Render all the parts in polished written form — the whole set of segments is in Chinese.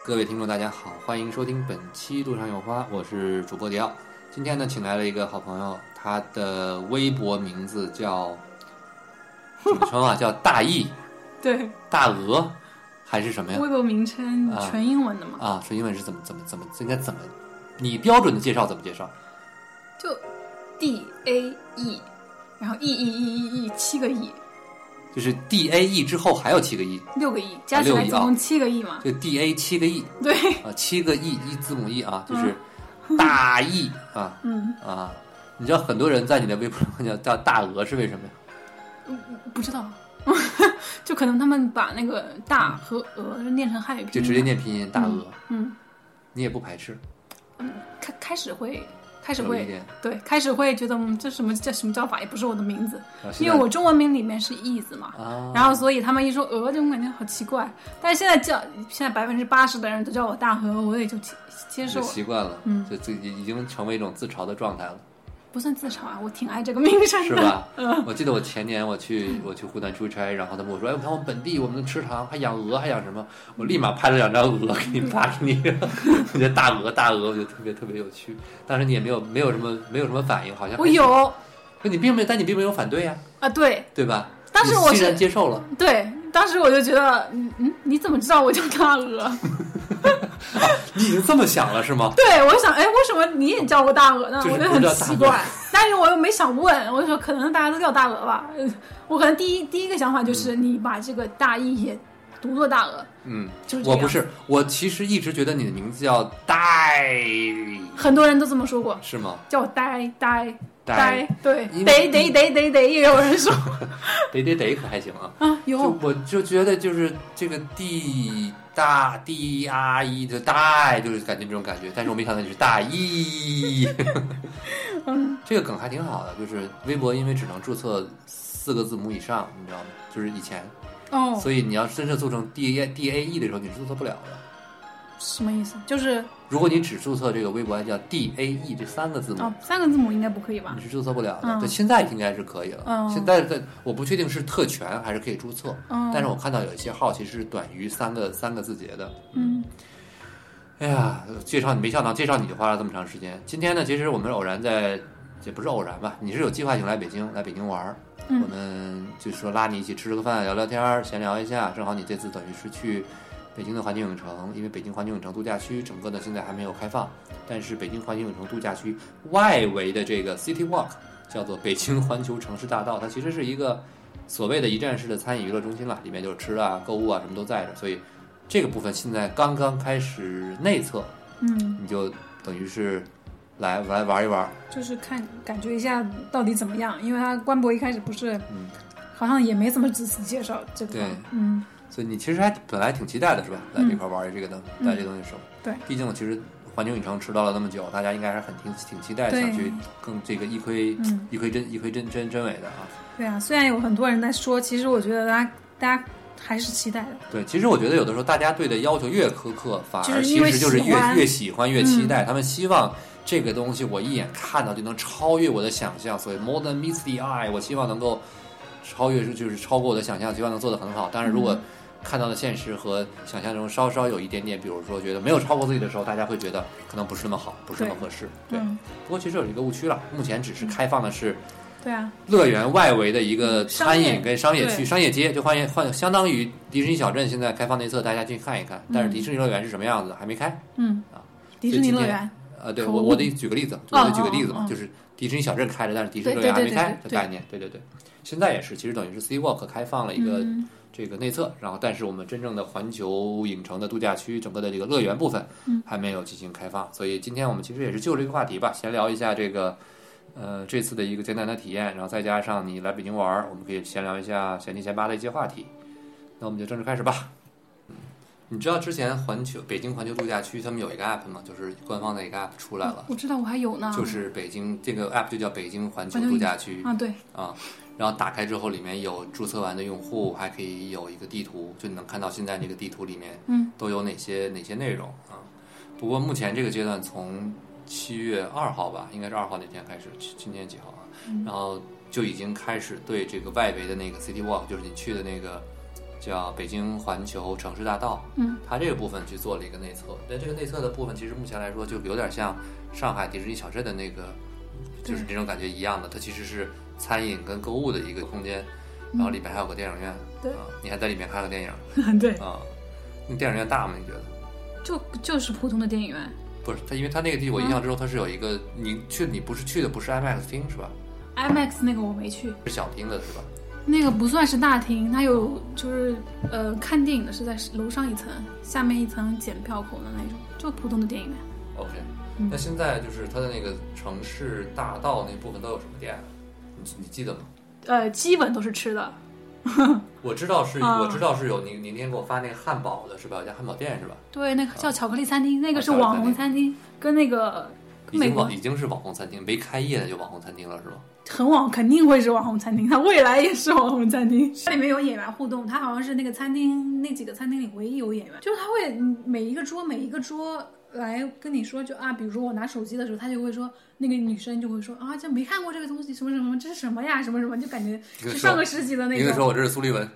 各位听众大家好，欢迎收听本期路上有花，我是主播迪奥。今天呢请来了一个好朋友，他的微博名字叫怎么称啊？叫大义， 对， 大鹅还是什么呀？ 微博名称纯英文的嘛？ 啊，纯英文是怎么应该怎么？你标准的介绍怎么介绍？ 就 DAE， 然后 E 7个 E， 就是 DAE 之后还有7个 E，6 个 E， 加起来总共7个 E 嘛？ 就 DA 7个 E， 对啊，7个 E， 一字母 E 啊，就是大义啊，你知道很多人在你的微博上叫大鹅是为什么呀？ 不知道，就可能他们把那个大和鹅念成汉语拼音， 就直接念拼音大鹅。你也不排斥？ 开始会，对，开始会觉得这什么叫法，也不是我的名字，因为我中文名里面是义字嘛，然后所以他们一说鹅，就感觉好奇怪。但是现在80%的人都叫我大鹅，我也就接受了， 习惯了，就已经成为一种自嘲的状态了。 不算自嘲啊，我挺爱这个名称的， 是吧？我记得我前年我去湖南出差，然后他们说，哎，我看我们本地我们的池塘还养鹅，还养什么？我立马拍了2张鹅给你发给你，我觉得大鹅，我觉得特别有趣。当时你也没有什么反应，好像我有， 但你并没有反对呀？ 啊，对吧？ 当时我欣然接受了， 对，当时我就觉得，你怎么知道我叫大鹅？ 你已经这么想了是吗？ 对，我想，哎，为什么你也叫过大鹅呢？ 就是、 我觉得很奇怪，但是我又没想问，我就说可能大家都叫大鹅吧。我可能第一个想法就是你把这个大义也读作大鹅。就是我不是，我其实一直觉得你的名字叫呆， 很多人都这么说过， 是吗？ 叫我呆，对，得，也有人说， 得可还行啊。 有， 我就觉得就是这个D R E 的大，就是感觉这种感觉，但是我没想到你是大 E。这个梗还挺好的，就是微博因为只能注册4个字母以上，你知道吗？就是以前，所以你要真正做成 D A E 的时候，你是注册不了的。 什么意思？就是如果你只注册这个微博叫 D A E 这3个字母 ，3个字母应该不可以吧？ 你是注册不了的。对，现在应该是可以了。现在我不确定是特权还是可以注册，但是我看到有一些号其实是短于3个字节的。哎呀，没想到介绍你就花了这么长时间。今天呢，其实我们偶然也不是偶然吧，你是有计划性来北京玩，我们就说拉你一起吃个饭，聊聊天，闲聊一下。正好你这次等于是去北京的环球影城，因为北京环球影城度假区整个呢现在还没有开放，但是北京环球影城度假区外围的这个 City Walk 叫做北京环球城市大道，它其实是一个所谓的一站式的餐饮娱乐中心了，里面就是吃啊、购物啊什么都在着，所以这个部分现在刚刚开始内测，你就等于是来玩一玩， 就是感觉一下到底怎么样，因为它官博一开始不是，好像也没怎么仔细介绍这个， 对，所以你其实本来挺期待的是吧？来这块玩这个的，带这东西的时候， 对， 毕竟其实环球影城迟到了那么久，大家应该还是挺期待，想去更这个一窥真伪的啊。 对啊，虽然有很多人在说，其实我觉得大家还是期待的。 对，其实我觉得有的时候大家对的要求越苛刻，反而其实就是越喜欢越期待。他们希望这个东西我一眼看到就能超越我的想象，所以 more than meets the eye， 我希望能够就是超过我的想象，希望能做得很好。但是如果看到的现实和想象中稍稍有一点点，比如说觉得没有超过自己的时候，大家会觉得可能不是那么好，不是那么合适。对，不过其实有一个误区了，目前只是开放的是， 对啊， 乐园外围的一个餐饮跟商业区、商业街，就相当于迪士尼小镇现在开放内测，大家去看一看。但是迪士尼乐园是什么样子还没开。 迪士尼乐园。 对，我得举个例子，嘛，就是迪士尼小镇开着，但是迪士尼乐园还没开的概念。对，现在也是，其实等于是 City Walk 开放了一个这个内测，然后但是我们真正的环球影城的度假区整个的这个乐园部分还没有进行开放，所以今天我们其实也是就这个话题吧，闲聊一下这个这次的一个简单的体验，然后再加上你来北京玩，我们可以闲聊一下闲七闲八的一些话题。那我们就正式开始吧。你知道之前北京环球度假区他们有一个 app 吗？就是官方的一个 app 出来了。 我知道，我还有呢。 就是北京这个 app 就叫北京环球度假区啊，对啊。然后打开之后，里面有注册完的用户，还可以有一个地图，就你能看到现在这个地图里面都有哪些内容啊。不过目前这个阶段从7月2号吧，应该是2号那天开始，今天几号啊？然后就已经开始对这个外围的那个 City Walk，就是你去的那个叫北京环球城市大道，它这个部分去做了一个内测，但这个内测的部分其实目前来说就有点像上海迪士尼小镇的那个，就是这种感觉一样的，它其实是餐饮跟购物的一个空间，然后里面还有个电影院， 对， 你还在里面看了电影， 对那电影院大吗？你觉得？ 就是普通的电影院。 不是它，因为它那个地我印象之中它是有一个，你不是去的不是 IMAX 厅是吧？ IMAX 那个我没去， 是小厅的是吧？ 那个不算是大厅，它有就是看电影的是在楼上一层，下面一层检票口的那种，就普通的电影院。 OK，那现在就是它的那个城市大道那部分都有什么店？你记得吗？ 基本都是吃的。 我知道是有你那天给我发那个汉堡的是吧？有家汉堡店是吧？ 对，那个叫巧克力餐厅，那个是网红餐厅，跟那个已经是网红餐厅，没开业的就网红餐厅了是吧？ 肯定会是网红餐厅，它未来也是网红餐厅。它里面有演员互动，它好像是那个餐厅那几个餐厅里唯一有演员，就是它会每一个桌来跟你说，就比如说我拿手机的时候，他就会说，那个女生就会说这没看过这个东西，什么什么，这是什么呀，什么什么，就感觉是上个世纪的那种。 你说我这是苏利文。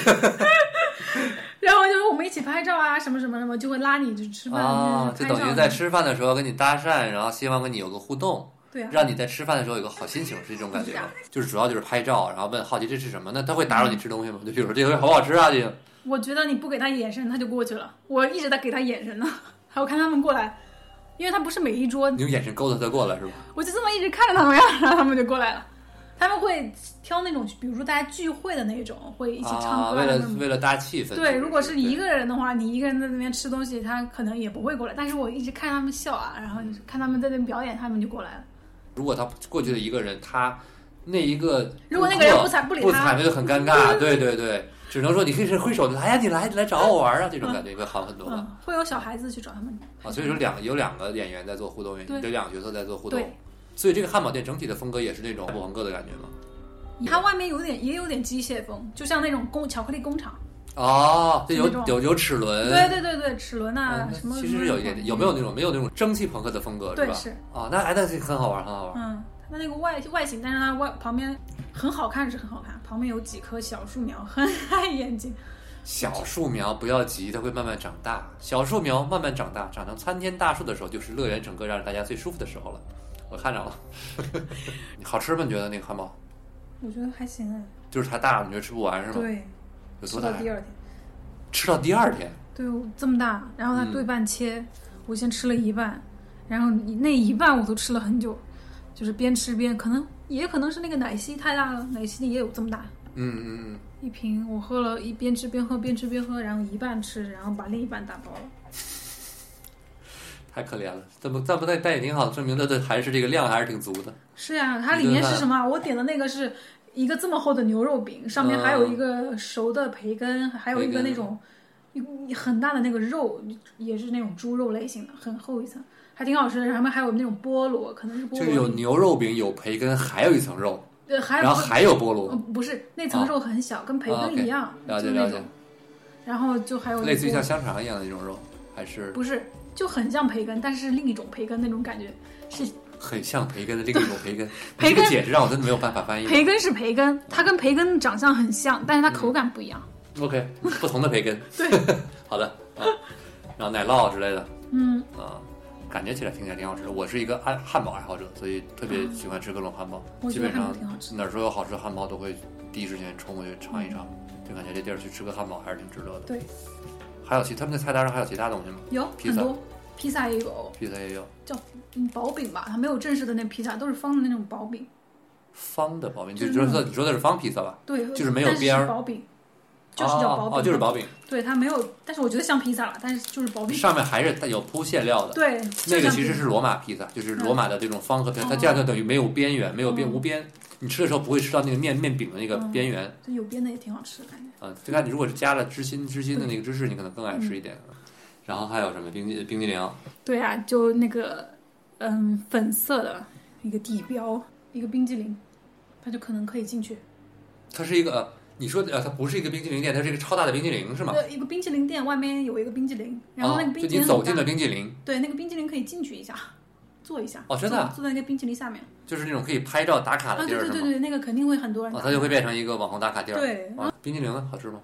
然后就说我们一起拍照啊，什么什么什么，就会拉你去吃饭就等于在吃饭的时候跟你搭讪，然后希望跟你有个互动。 对啊， 让你在吃饭的时候有个好心情，是这种感觉吗？就是主要就是拍照，然后问好奇这是什么？那他会打扰你吃东西吗？就比如说这个东西好不好吃啊？这个， 我觉得你不给他眼神，他就过去了。我一直在给他眼神呢，还有看他们过来，因为他不是每一桌， 你用眼神勾搭他过来是吧？ 我就这么一直看着他们呀，然后他们就过来了。他们会挑那种，比如说大家聚会的那种，会一起唱歌为了搭气氛。 对，如果是一个人的话，你一个人在那边吃东西，他可能也不会过来。但是我一直看他们笑然后看他们在那边表演，他们就过来了。 如果他过去的一个人，他那一个如果那个人不理他， 那就很尴尬。对对对，只能说你可以是挥手的，哎呀，你来找我玩啊，这种感觉会好很多吧。 会有小孩子去找他们。 所以说有两个演员在做互动，有两个角色在做互动。 对， 所以这个汉堡店整体的风格也是那种不横格的感觉吗？ 它外面也有点机械风，就像那种巧克力工厂。 这有齿轮。 对，齿轮什么。 其实是有一点，没有那种蒸汽朋克的风格是吧？ 是。 那很好玩，很好玩。 它那个外形，但是它旁边很好看，是很好看。旁边有几棵小树苗，很碍眼睛。 小树苗不要急，它会慢慢长大。小树苗慢慢长大，长成参天大树的时候，就是乐园整个让大家最舒服的时候了。我看着了。好吃吗？你觉得那个汉堡？ 我觉得还行哎。 就是太大了，你觉得吃不完是吗？ 对。 有多大？ 吃到第二天。 对， 这么大，然后它对半切，我先吃了一半，然后那一半我都吃了很久，就是边吃边，可能是那个奶昔太大了，奶昔也有这么大。一瓶我喝了，边吃边喝，边吃边喝，然后一半吃，然后把另一半打包了。 太可怜了，但也挺好，证明它的还是这个量还是挺足的。 是呀，它里面是什么？我点的那个是一个这么厚的牛肉饼，上面还有一个熟的培根，还有一个那种很大的那个肉，也是那种猪肉类型的，很厚一层，还挺好吃的。上面还有那种菠萝，可能是菠萝。 就是有牛肉饼，有培根，还有一层肉。 对， 然后还有菠萝。 不是，那层肉很小，跟培根一样。 了解。 然后就还有类似于像香肠一样的那种肉，还是不是？就很像培根，但是另一种培根那种感觉是。 很像培根的另一种培根，这个解释让我真的没有办法翻译。 培根是培根，它跟培根长相很像，但是它口感不一样。 OK， 不同的培根。 对， 好的然后奶酪之类的，感觉起来听起来挺好吃的。我是一个汉堡爱好者，所以特别喜欢吃各种汉堡。基本上哪说有好吃的汉堡，都会第一时间冲过去尝一尝。就感觉这地儿去吃个汉堡还是挺值得的。 对， 还有他们的菜单上还有其他东西吗？ 有很多。披萨也有，叫薄饼吧，它没有正式的那披萨，都是方的那种薄饼。 方的薄饼，你说的是方披萨吧？ 对， 就是没有边儿。 薄饼，就是叫薄饼。 就是薄饼。 对，它没有，但是我觉得像披萨了，但是就是薄饼。 上面还是有铺馅料的。 对， 那个其实是罗马披萨，就是罗马的这种方和边，它这样就等于没有边缘，没有无边。你吃的时候不会吃到那个面饼的那个边缘。 这有边的也挺好吃的感觉。 就看你如果是加了芝心的那个芝士，你可能更爱吃一点。然后还有什么冰激凌？对啊，就那个粉色的一个地标，一个冰激凌，它就可能可以进去。 它是一个你说它不是一个冰激凌店，它是一个超大的冰激凌是吗？ 对，一个冰激凌店外面有一个冰激凌，然后那个冰激凌就你走进了冰激凌， 对，那个冰激凌可以进去一下，坐一下。 真的？ 坐在那个冰淇淋下面， 就是那种可以拍照打卡的地儿。 对，那个肯定会很多人。 它就会变成一个网红打卡地儿。 对， 冰激凌呢，好吃吗？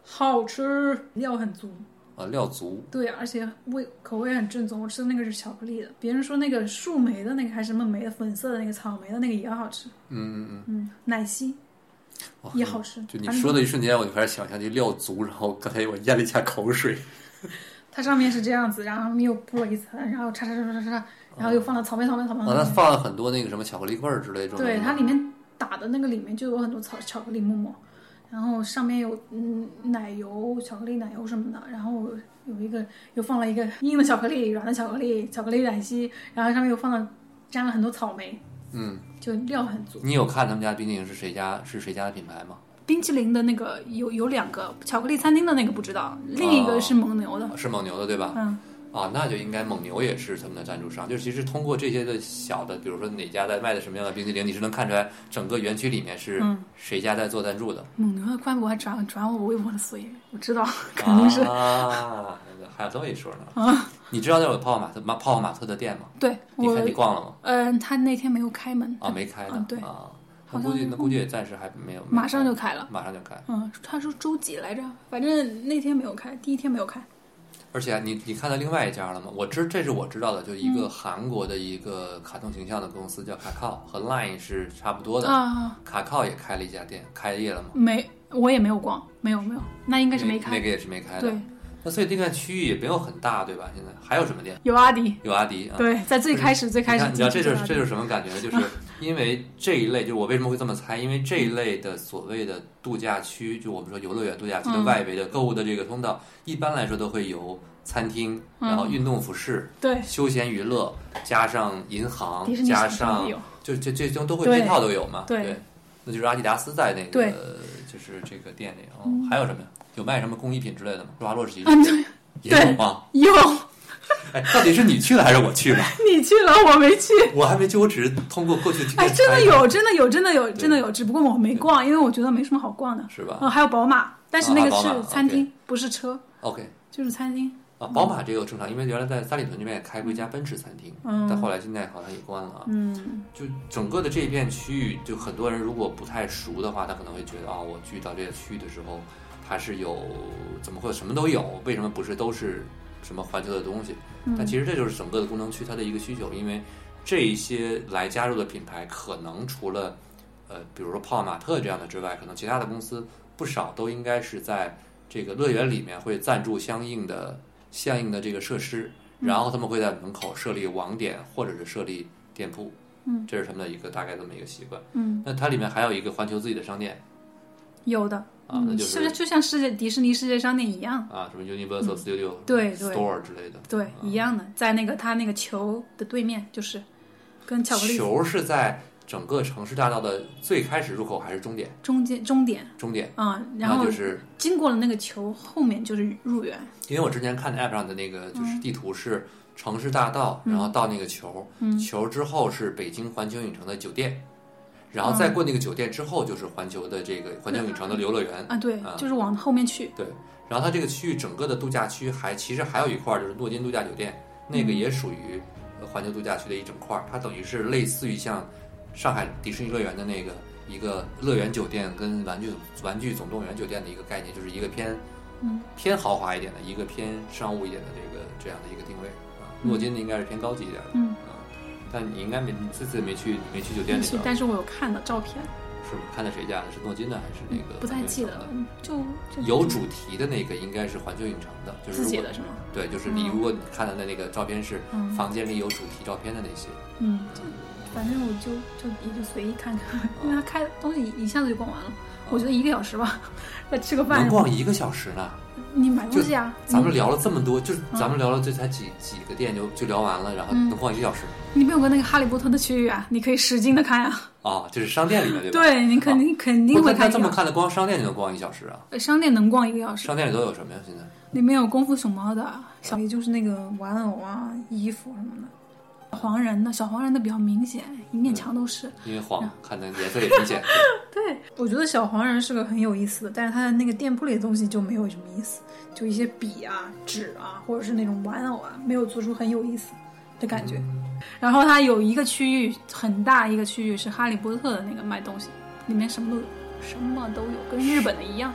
好吃，料很足。 料足。 对，而且口味很正宗。我吃的那个是巧克力的，别人说那个树莓的那个还是什么莓的，粉色的那个草莓的那个也好吃。奶昔也好吃。 就你说的一瞬间，我就开始想象这料足，然后刚才我咽了一下口水。 它上面是这样子，然后他们又铺了一层，然后叉，然后又放了草莓。 那放了很多那个什么巧克力棍儿之类的。 对，它里面打的那个里面就有很多巧克力沫沫。然后上面有奶油、巧克力奶油什么的，然后又放了一个硬的巧克力、软的巧克力、巧克力奶昔，然后上面又沾了很多草莓，就料很足。 你有看他们家冰淇淋是谁家的品牌吗？ 冰淇淋的那个有两个，巧克力餐厅的那个不知道，另一个是蒙牛的， 是蒙牛的对吧？那就应该蒙牛也是他们的赞助商。就是其实通过这些的小的，比如说哪家在卖的什么样的冰淇淋，你是能看出来整个园区里面是谁家在做赞助的。 蒙牛的怪不得还转我微博的所以我知道肯定是还有这么一说呢。你知道那有泡泡玛特的店吗？ 对， 你逛了吗？ 他那天没有开门没开呢。 对那估计也暂时还没有。 马上就开了。 他说周几来着？反正那天没有开，第一天没有开。 而且你看到另外一家了吗？这是我知道的，就一个韩国的一个卡通形象的公司叫卡靠，和 Line 是差不多的。卡靠也开了一家店，开业了吗？ 没，我也没有逛，没有，那应该是没开。 那个也是没开的。 对。 那所以这片区域也没有很大，对吧？现在还有什么店？ 有阿迪。 对， 在最开始。你知道这就是什么感觉呢？就是因为这一类，就我为什么会这么猜？因为这一类的所谓的度假区，就我们说游乐园度假区的外围的购物的这个通道，一般来说都会有餐厅，然后运动服饰， 对， 休闲娱乐，加上银行，加上就这都会配套都有嘛。对，那就是阿迪达斯在那个就是这个店里。还有什么呀？有卖什么工艺品之类的吗？施华洛世奇也有吗？ 有。 到底是你去了还是我去了？ 你去了，我没去。 我还没去，我只是通过过去。 真的有，只不过我没逛，因为我觉得没什么好逛的， 是吧？ 还有宝马，但是那个是餐厅，不是车。 OK， 就是餐厅。 宝马这个正常，因为原来在三里屯这边也开过一家奔驰餐厅，但后来现在好像也关了。就整个的这一片区域，就很多人如果不太熟的话，他可能会觉得我去到这个区域的时候，它是有怎么会什么都有？为什么不是都是什么环球的东西？但其实这就是整个的功能区它的一个需求，因为这一些来加入的品牌，可能除了比如说泡玛特这样的之外，可能其他的公司不少都应该是在这个乐园里面会赞助相应的这个设施，然后他们会在门口设立网点或者是设立店铺。这是他们的一个大概这么一个习惯。那它里面还有一个环球自己的商店。 有的。 那就是就像迪士尼世界商店一样什么 Universal Studio Store 之类的， 对，一样的，在那个它那个球的对面，就是跟巧克力球是在整个城市大道的最开始入口还是终点？ 终点。然后就是经过了那个球后面就是入园。 因为我之前看 App 上的那个就是地图是城市大道，然后到那个球，球之后是北京环球影城的酒店。然后再过那个酒店之后，就是环球的这个环球影城的游乐园对，就是往后面去。 对，然后它这个区域整个的度假区其实还有一块就是诺金度假酒店，那个也属于环球度假区的一整块，它等于是类似于像上海迪士尼乐园的那个一个乐园酒店跟玩具总动员酒店的一个概念，就是一个偏豪华一点的，一个偏商务一点的这样的一个定位诺金的应该是偏高级一点的。但你应该你这次没去酒店里头， 但是我有看到照片。 是看的谁家的？是诺金的还是那个？ 不太记得了。就有主题的那个应该是环球影城的，就是自己的是吗？ 对，就是你如果你看到的那个照片是房间里有主题照片的那些。 反正我也就随意看看，因为他开的东西一下子就逛完了。我觉得1个小时吧，再吃个饭。 能逛1个小时呢？ 你买东西啊？ 咱们聊了这么多，就是咱们聊了这才几个店就聊完了，然后能逛1个小时。 你没有个那个哈利波特的区域啊？你可以使劲的看啊。 就是商店里面对吧？ 对，你肯定会看。 这么看的，光商店就能逛1小时啊？ 商店能逛1个小时。 商店里都有什么呀？现在里面有功夫熊猫的，也就是那个玩偶啊、衣服什么的。小黄人的比较明显，一面墙都是。 因为黄，看的颜色也明显。 对，我觉得小黄人是个很有意思的，但是他的那个店铺里的东西就没有什么意思，就一些笔啊、纸啊，或者是那种玩偶啊，没有做出很有意思的感觉。然后它有一个区域，很大一个区域是哈利波特的那个卖东西，里面什么都有，跟日本的一样。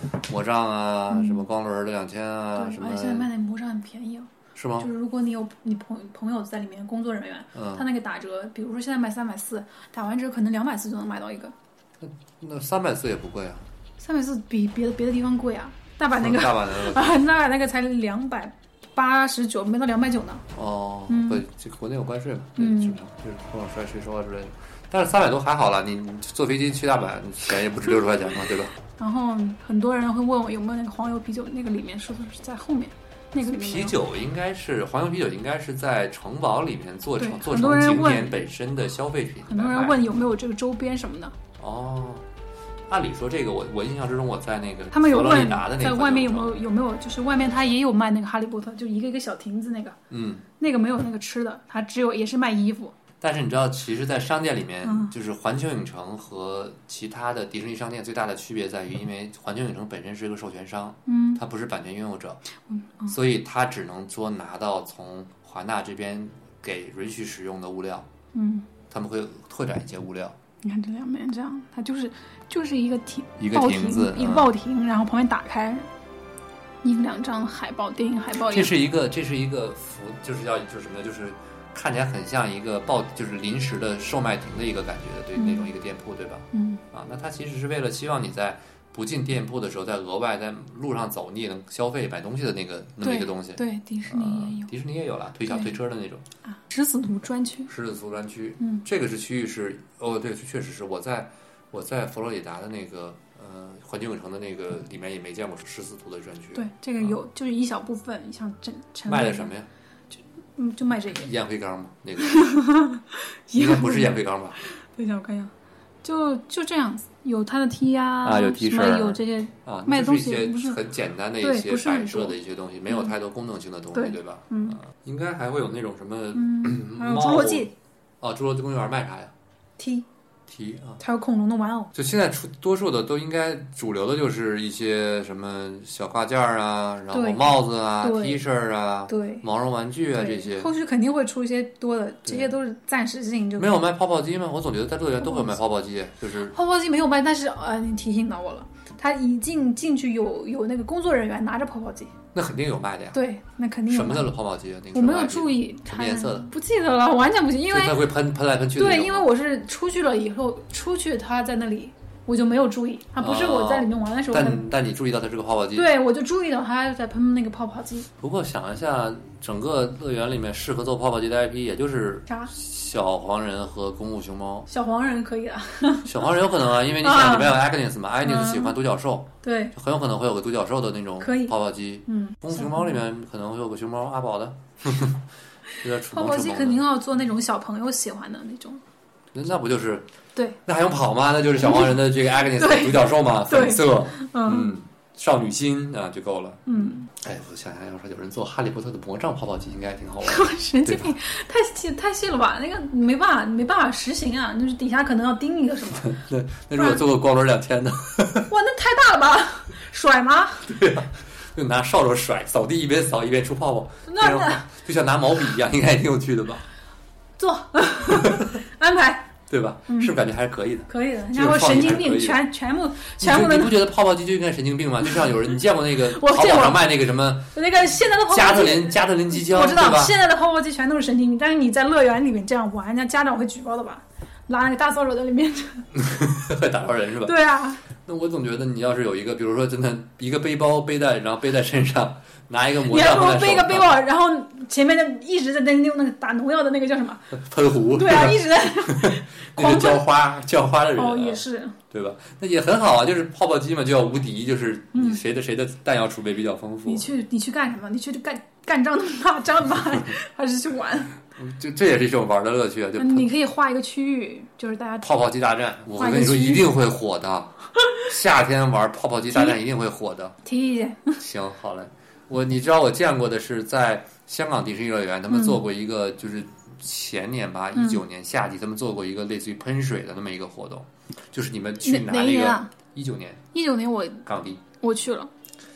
魔杖啊，什么光轮的2000啊，什么。 现在卖那魔杖很便宜哦。 是吗？ 就是如果你有你朋友在里面工作人员，他那个打折，比如说现在卖340，打完折可能240就能买到一个。 那340也不贵啊。 340比别的地方贵啊，大阪那个大阪那个大阪那个才289，没到290呢。 哦，不，这国内有关税嘛？正常，就是不往税收啊之类的。但是300多还好了，你坐飞机去大阪钱也不止60块钱嘛，对吧？ 然后很多人会问我有没有那个黄油啤酒，那个里面是不是在后面？那个啤酒应该是黄油啤酒，应该是在城堡里面做成景点本身的消费品。 很多人问有没有这个周边什么的。 哦，按理说这个我印象之中我在那个他们有问在外面有没有就是外面他也有卖那个哈利波特，就一个小亭子那个，那个没有那个吃的，他只有也是卖衣服。 但是你知道，其实，在商店里面，就是环球影城和其他的迪士尼商店最大的区别在于，因为环球影城本身是一个授权商，它不是版权拥有者，所以它只能说拿到从华纳这边给允许使用的物料，他们会拓展一些物料。 你看这两边这样，它就是一个亭子， 一个报亭，然后旁边打开1-2张海报，电影海报。 这是一个就是什么呢？就是看起来很像一个就是临时的售卖亭的一个感觉的，对那种一个店铺，对吧？那它其实是为了希望你在不进店铺的时候，在额外在路上走，你也能消费买东西的那么一个东西。 对，迪士尼也有， 迪士尼也有了推车的那种啊，食死徒专区。 食死徒专区，这个区域是对，确实是我在佛罗里达的那个环球影城的那个里面也没见过食死徒的专区。 对，这个有，就是一小部分，像卖的什么呀？ 就卖这个烟灰缸吗？那个应该不是烟灰缸吧？ 等一下我看一下，就这样子，有它的 T 啊， 有 T 恤，有这些卖的东西， 不是很简单的一些摆设的一些东西，没有太多功能性的东西，对吧？应该还会有那种什么还有侏罗纪侏罗纪公园卖啥呀 ？T 啊， 还有恐龙的玩偶。 就现在多数的都应该主流的就是一些什么小挂件啊，然后帽子啊 ，T 恤啊， 对， 毛绒玩具啊这些。 后续肯定会出一些多的，这些都是暂时性。 没有卖泡泡机吗？我总觉得在乐园都会卖泡泡机，就是泡泡机没有卖，但是你提醒到我了，他一进去有那个工作人员拿着泡泡机。 那肯定有卖的呀。 对，那肯定有。 什么的泡泡机啊？那个我没有注意， 什么颜色的？ 不记得了，完全不记得，因为它会喷来喷去的。 对，因为我是出去了以后，他在那里，我就没有注意，他不是我在里面玩的时候。 但你注意到它是个泡泡机。 对，我就注意到他在喷那个泡泡机。 不过想一下，整个乐园里面适合做泡泡机的 IP， 也就是啥？ 小黄人和公务熊猫。 小黄人可以啊。 小黄人有可能啊，因为你想里面有 Agnes 嘛，Agnes 喜欢独角兽， 对， 很有可能会有个独角兽的那种泡泡机。公务熊猫里面可能会有个熊猫阿宝的。 泡泡机肯定要做那种小朋友喜欢的那种。 那不就是对？ 那还用跑吗？那就是小黄人的这个 Agnes 独角兽嘛，粉色，少女心啊就够了。我想想，要说有人做哈利波特的魔杖泡泡机，应该挺好玩。 神经病，太细了吧？那个没办法实行啊，就是底下可能要钉一个什么。 那如果做个光轮2000呢？ 哇，那太大了吧？甩吗？ 对啊，就拿扫帚甩，扫地一边扫一边出泡泡，那就像拿毛笔一样，应该也挺有趣的吧？ 做安排。 对吧？是不是感觉还是可以的？ 可以的，然后神经病全部的。 你不觉得泡泡机就应该神经病吗？就像有人，你见过那个淘宝上卖那个什么？ 那个现在的泡泡机，加特林机枪， 我知道，现在的泡泡机全都是神经病。但是你在乐园里面这样玩，人家家长会举报的吧？拿那个大扫帚在里面， 会打到人是吧？ 对啊。 那我总觉得你要是有一个，比如说真的一个背包背带，然后背在身上，拿一个魔杖， 你还背个背包，然后前面的一直在用那个打农药的那个叫什么喷壶？ 对啊，一直在那个浇花的人也是对吧？那也很好啊，就是泡泡机嘛，就要无敌，就是谁的弹药储备比较丰富。 你去干什么？你去干仗的吧，还是去玩？ 这也是一种玩的乐趣啊！就你可以画一个区域，就是大家泡泡机大战。我跟你说，一定会火的。夏天玩泡泡机大战一定会火的。 提意见。 行，好嘞。你知道我见过的是在香港迪士尼乐园，他们做过一个，就是前年吧，19年夏季，他们做过一个类似于喷水的那么一个活动，就是你们去拿那个19年我港迪我去了。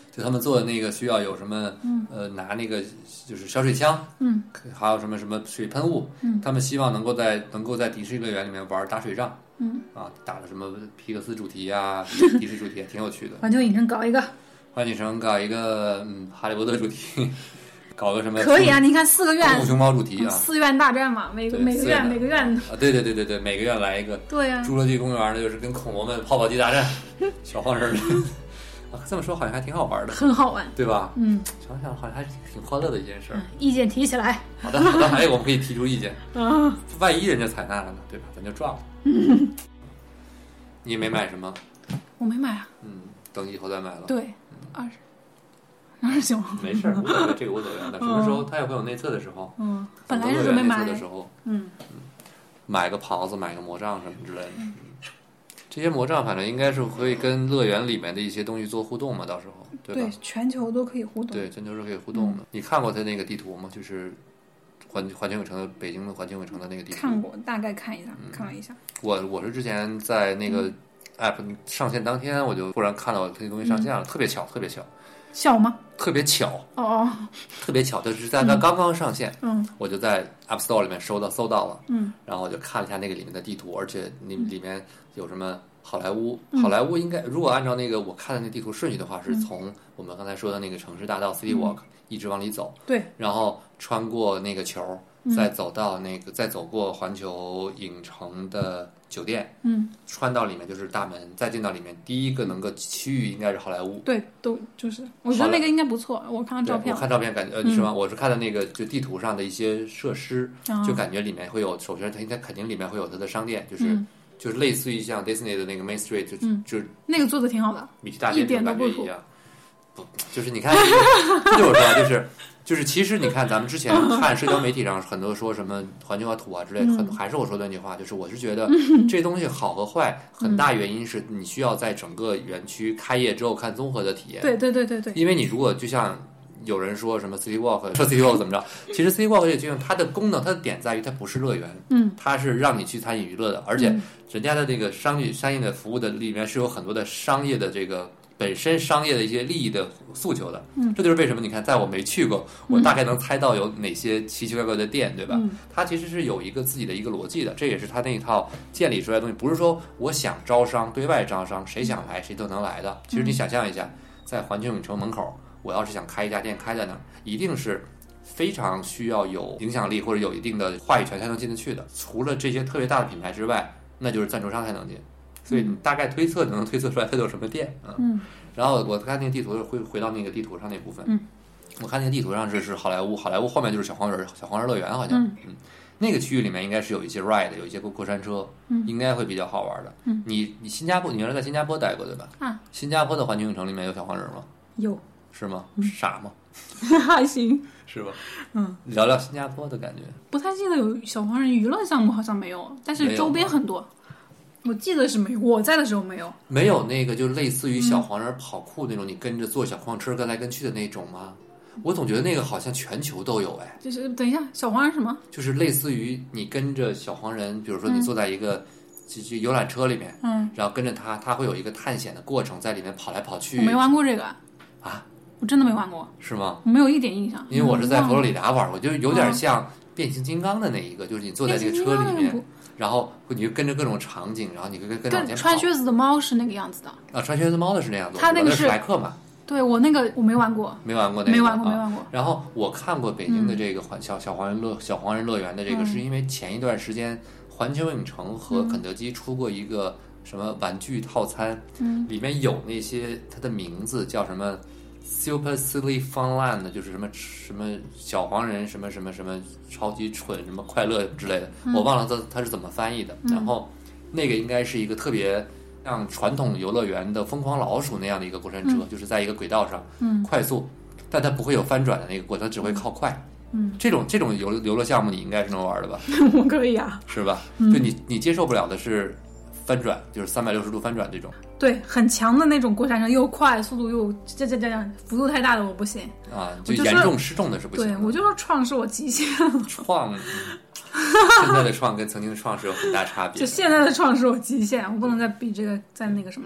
就他们做的那个需要有什么拿那个就是小水枪，还有什么什么水喷雾，他们希望能够在迪士尼乐园里面玩打水仗，打了什么皮克斯主题啊，迪士尼主题挺有趣的。 环球影城搞一个， 环球影城搞一个哈利波特主题。搞个什么可以啊？你看4个院熊猫主题啊，4 院大战嘛，每个院啊，对，每个院来一个。 对呀， 侏罗纪公园呢，就是跟恐龙们泡泡机大战，小黄人啊，这么说好像还挺好玩的， 很好玩， 对吧？想想好像还是挺欢乐的一件事。 意见提起来。 好的，哎，我们可以提出意见万一人家采纳了呢，对吧？咱就撞了。你也没买什么？ 我没买啊。 等以后再买了。 对，20行， 没事，无所谓，这个无所谓的。什么时候它也会有内测的时候？ 本来是准备买的时候，买个袍子，买个魔杖什么之类的。这些魔杖反正应该是会跟乐园里面的一些东西做互动嘛，到时候对吧？ 对，全球都可以互动。 对，全球是可以互动的。你看过它那个地图吗？就是环球影城的北京的环球影城的那个地图。 看过，大概看了一下。 我是之前在那个 app 上线当天，我就忽然看到这东西上线了，特别巧。 小吗？ 特别巧特别巧，就是在它刚刚上线，我就在 App Store 里面搜到了，然后我就看了一下那个里面的地图，而且里面有什么好莱坞，好莱坞应该如果按照那个我看的那地图顺序的话，是从我们刚才说的那个城市大道 City Walk 一直往里走， 对， 然后穿过那个球，再走到再走过环球影城的酒店，穿到里面就是大门，再进到里面，第一个能够区域应该是好莱坞。对，都就是我觉得那个应该不错，我看照片，我看照片感觉是吗？我是看的那个就地图上的一些设施，就感觉里面会有，首先它应该肯定里面会有它的商店，就是类似于像 Disney 的那个 Main Street，就那个做的挺好的，米奇大街这种感觉一样。不，就是你看，这就是说就是其实你看咱们之前看社交媒体上很多说什么环球啊土啊之类的，还是我说的那句话，就是我是觉得这东西好和坏很大原因是你需要在整个园区开业之后看综合的体验。对，因为你如果就像有人说什么 City Walk 说 City Walk 怎么着，其实 City Walk 这个景点它的功能它的点在于它不是乐园，它是让你去参与娱乐的，而且人家的这个商业的服务的里面是有很多的商业的这个本身商业的一些利益的诉求的，这就是为什么你看，在我没去过，我大概能猜到有哪些奇奇怪怪的店，对吧？它其实是有一个自己的一个逻辑的，这也是它那一套建立出来的东西，不是说我想招商对外招商，谁想来谁都能来的。其实你想象一下，在环球影城门口，我要是想开一家店开在那儿，一定是非常需要有影响力或者有一定的话语权才能进得去的。除了这些特别大的品牌之外，那就是赞助商才能进。所以你大概推测能推测出来它有什么店啊？然后我看那个地图回到那个地图上那部分，我看那个地图上是好莱坞，好莱坞后面就是小黄人乐园，好像，那个区域里面应该是有一些 ride， 有一些过山车，应该会比较好玩的。你新加坡，你原来在新加坡待过对吧？新加坡的环球影城里面有小黄人吗？有，是吗？傻吗？还行，是吧？聊聊新加坡的感觉。不太记得有小黄人娱乐项目，好像没有，但是周边很多。我记得是没有，我在的时候没有。没有那个就类似于小黄人跑酷那种，你跟着坐小黄车跟来跟去的那种吗？我总觉得那个好像全球都有哎。就是等一下，小黄人什么？就是类似于你跟着小黄人，比如说你坐在一个游览车里面，然后跟着他会有一个探险的过程，在里面跑来跑去。我没玩过这个啊，我真的没玩过。是吗？我没有一点印象。因为我是在佛罗里达玩过，就有点像变形金刚的那一个，就是你坐在这个车里面。然后你就跟着各种场景，然后你跟着往前跑。穿靴子的猫是那个样子的啊，穿靴子猫的是那样子。他那个是莱克嘛？对，我那个我没玩过，没玩过那个，没玩过。然后我看过北京的这个小黄人乐园的这个，是因为前一段时间环球影城和肯德基出过一个什么玩具套餐，里面有那些它的名字叫什么 Super Silly Funland， 就是什么小黄人什么超级蠢什么快乐之类的，我忘了它是怎么翻译的。然后那个应该是一个特别像传统游乐园的疯狂老鼠那样的一个过山车，就是在一个轨道上快速，但它不会有翻转的那个过程，它只会靠快。这种游乐项目你应该是能玩的吧？我可以啊，是吧？就你接受不了的是翻转，就是360度翻转这种。对，很强的那种过山车，又快，速度又这幅度太大的我不行啊，就严重失重的是不行的。对，我就说创是我极限了。创，现在的创跟曾经的创是有很大差别。就现在的创是我极限，我不能再比这个再那个什么了。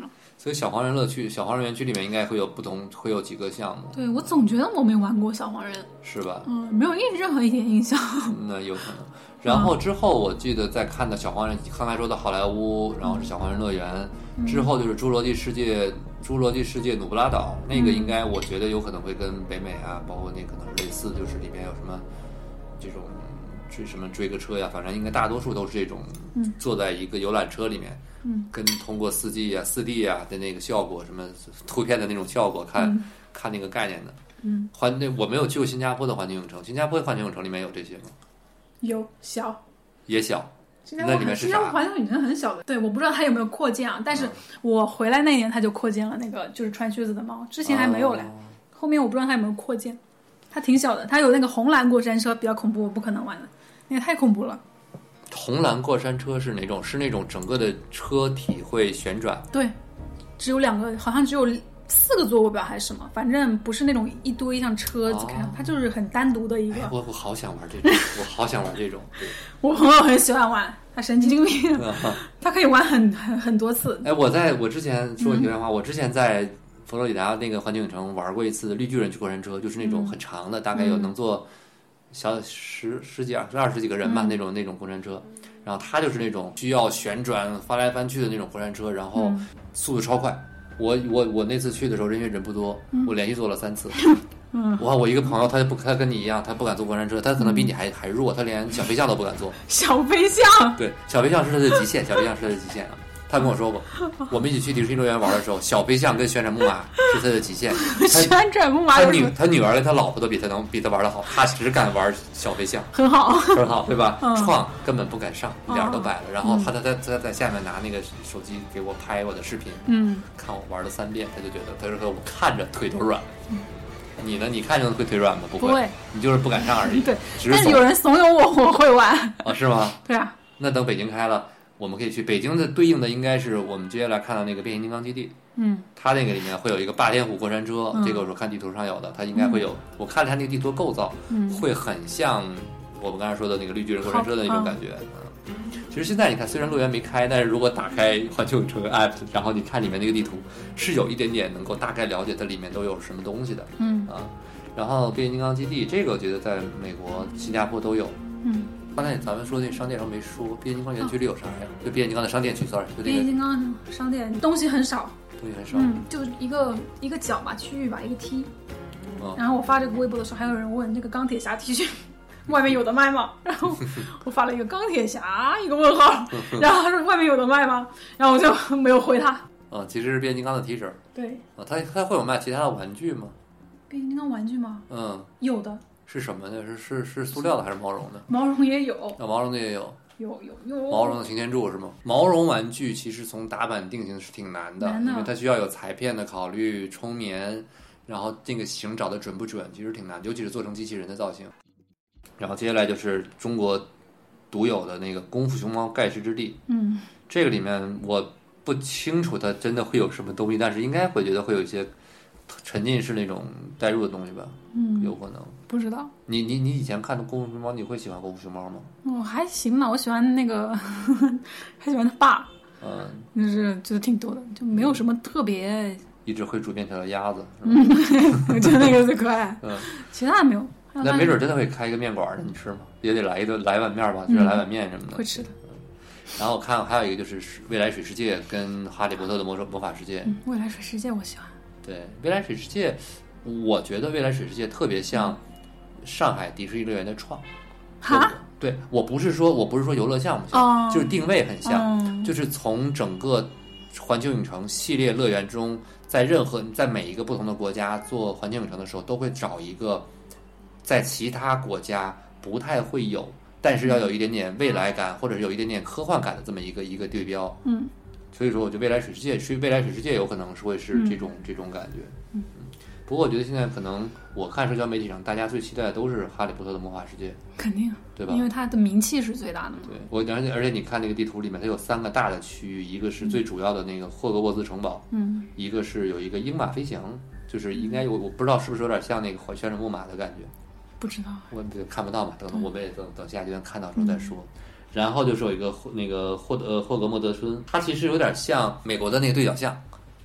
所以小黄人园区里面应该会有几个项目。 对，我总觉得我没玩过小黄人， 是吧？ 没有任何一点印象。 那有可能。然后之后我记得在看的小黄人，刚才说的好莱坞，然后是小黄人乐园，之后就是侏罗纪世界努布拉岛，那个应该我觉得有可能会跟北美啊，包括那可能是类似，就是里面有什么这种追个车呀，反正应该大多数都是这种，坐在一个游览车里面。跟通过4D 啊的那个效果，什么图片的那种效果看那个概念的。我没有去过新加坡的环球影城，新加坡的环球影城里面有这些吗？ 有，小也小。 那里面是啥？ 新加坡环球影城很小的，对，我不知道它有没有扩建啊。但是我回来那年它就扩建了那个就是穿靴子的猫，之前还没有嘞。后面我不知道它有没有扩建，它挺小的，它有那个红蓝过山车，比较恐怖，我不可能玩的，那个太恐怖了。 红蓝过山车是哪种？是那种整个的车体会旋转？ 对，只有2个，好像只有4个座位吧，还是什么？反正不是那种一堆像车子开，它就是很单独的一个。 我好想玩这种，我好想玩这种。 我朋友很喜欢玩，他神经病，他可以玩很多次。 我之前说题外话，我之前在佛罗里达那个环球影城玩过一次绿巨人过山车，就是那种很长的，大概有能坐十几20几个人吧，那种过山车，然后它就是那种需要旋转翻来翻去的那种过山车，然后速度超快。我那次去的时候因为人不多，我连续坐了3次。我一个朋友他跟你一样，他不敢坐过山车，他可能比你还弱，他连小飞象都不敢坐。 小飞象？ 对，小飞象是他的极限，啊。他跟我说过，我们一起去迪士尼乐园玩的时候，小飞象跟旋转木马是他的极限。 旋转木马， 他女儿连他老婆都比他玩得好，他只敢玩小飞象， 很好， 对吧？创根本不敢上，脸都白了。然后他在下面拿那个手机给我拍我的视频，看我玩了3遍，他就说我看着腿都软。你呢？你看着会腿软吗？不会，你就是不敢上而已。 对，但是有人怂恿我会玩。 是吗？ 对啊。 那等北京开了，我们可以去北京的对应的应该是我们接下来看到那个变形金刚基地，它那个里面会有一个霸天虎过山车，这个我看地图上有的，它应该会有，我看了它那个地图构造，会很像我们刚才说的那个绿巨人过山车的那种感觉。其实现在你看，虽然乐园没开，但是如果打开环球影城 app， 然后你看里面那个地图，是有一点点能够大概了解它里面都有什么东西的。然后变形金刚基地这个我觉得在美国、新加坡都有。刚才咱们说那商店上没说，变形金刚园区里有啥呀？就变形金刚的商店区，sorry， 变形金刚商店东西很少，就一个角吧，区域吧，一个梯。然后我发这个微博的时候，还有人问那个钢铁侠 T 恤外面有的卖吗？然后我发了一个钢铁侠一个问号，然后他说外面有的卖吗？然后我就没有回他。 其实是变形金刚的 T 恤。对。他会有卖其他的玩具吗？ 变形金刚玩具吗？有的。 是什么呢？是塑料的还是毛绒的？ 毛绒也有。 毛绒的也有。 有。 毛绒的擎天柱是吗？毛绒玩具其实从打板定型是挺难的，因为它需要有裁片的考虑、冲棉，然后这个型找的准不准，其实挺难，尤其是做成机器人的造型。然后接下来就是中国独有的那个功夫熊猫盖世之地。这个里面我不清楚它真的会有什么东西，但是应该会觉得会有一些沉浸式那种代入的东西吧。有可能。 不知道。你以前看的功夫熊猫，你会喜欢功夫熊猫吗？ 还行吧，我喜欢那个还喜欢他爸。就是觉得挺多的，就没有什么特别。 一直会煮面条的鸭子。 我觉得那个最可爱。其他没有。 那没准真的会开一个面馆的，你吃吗？也得来碗面吧，就是来碗面什么的。 会吃的。 然后我看还有一个就是未来水世界跟哈利波特的魔法世界。 未来水世界我喜欢。 对，未来水世界，我觉得未来水世界特别像上海迪士尼乐园的创。对，我不是说游乐项目像，就是定位很像，就是从整个环球影城系列乐园中，在每一个不同的国家做环球影城的时候，都会找一个在其他国家不太会有，但是要有一点点未来感或者是有一点点科幻感的这么一个对标。所以说我觉得未来水世界有可能是会是这种感觉。不过我觉得现在可能我看社交媒体上大家最期待的都是哈利波特的魔法世界。 肯定， 对吧？ 因为它的名气是最大的嘛。 对，而且你看那个地图里面它有3个大的区域，一个是最主要的那个霍格沃兹城堡，一个是有一个鹰马飞行，就是应该我不知道是不是有点像那个旋转木马的感觉。 不知道， 我看不到嘛，我们也等下阶段看到时候再说。然后就是有一个那个霍格莫德村，它其实有点像美国的那个对角巷，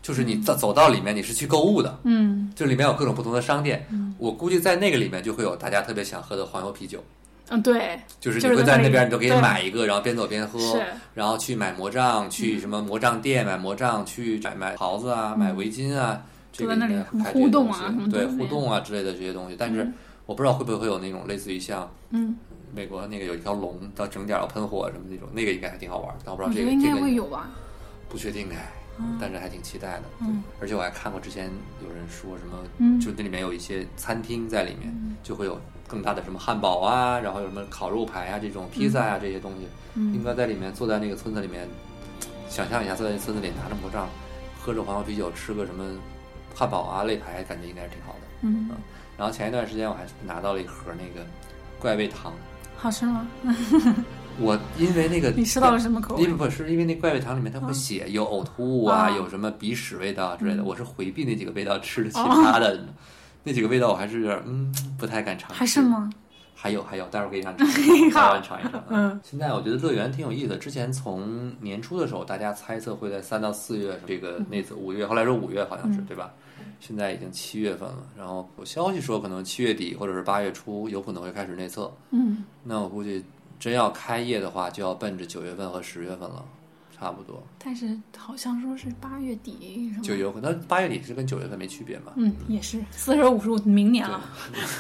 就是你走到里面你是去购物的，就里面有各种不同的商店，我估计在那个里面就会有大家特别想喝的黄油啤酒。 对， 就是你会在那边你都可以买一个，然后边走边喝，然后去买魔杖，去什么魔杖店买魔杖，去买袍子啊，买围巾啊，这个在那里互动啊， 对，互动啊之类的这些东西。但是我不知道会不会有那种类似于像美国那个有一条龙到整点要喷火什么那种，那个应该还挺好玩的。但我不知道这个应该会有吧？ 不确定哎。但是还挺期待的，而且我还看过之前有人说什么，就那里面有一些餐厅在里面，就会有更大的什么汉堡啊，然后有什么烤肉排啊这种披萨啊这些东西，应该在里面坐在那个村子里面，想象一下坐在村子里拿着魔杖，喝着黄油啤酒，吃个什么汉堡啊肋排，感觉应该是挺好的。然后前一段时间我还拿到了一盒那个怪味糖， 好吃吗？ 我因为那个你吃到了什么口味？ 不是因为那怪味糖里面它会写有呕吐物啊，有什么鼻屎味道之类的，我是回避那几个味道，吃的其他的，那几个味道我还是有点不太敢尝试。 还是吗？ 还有，待会儿可以让你尝一尝。现在我觉得乐园挺有意思的。之前从年初的时候，大家猜测会在3到4月这个那次5月，后来说5月好像是对吧？现在已经7月份了，然后有消息说可能7月底或者是8月初有可能会开始内测。那我估计真要开业的话，就要奔着9月份和10月份了，差不多。 但是好像说是8月底， 就有可能8月底是跟9月份没区别嘛？ 也是40-55明年了。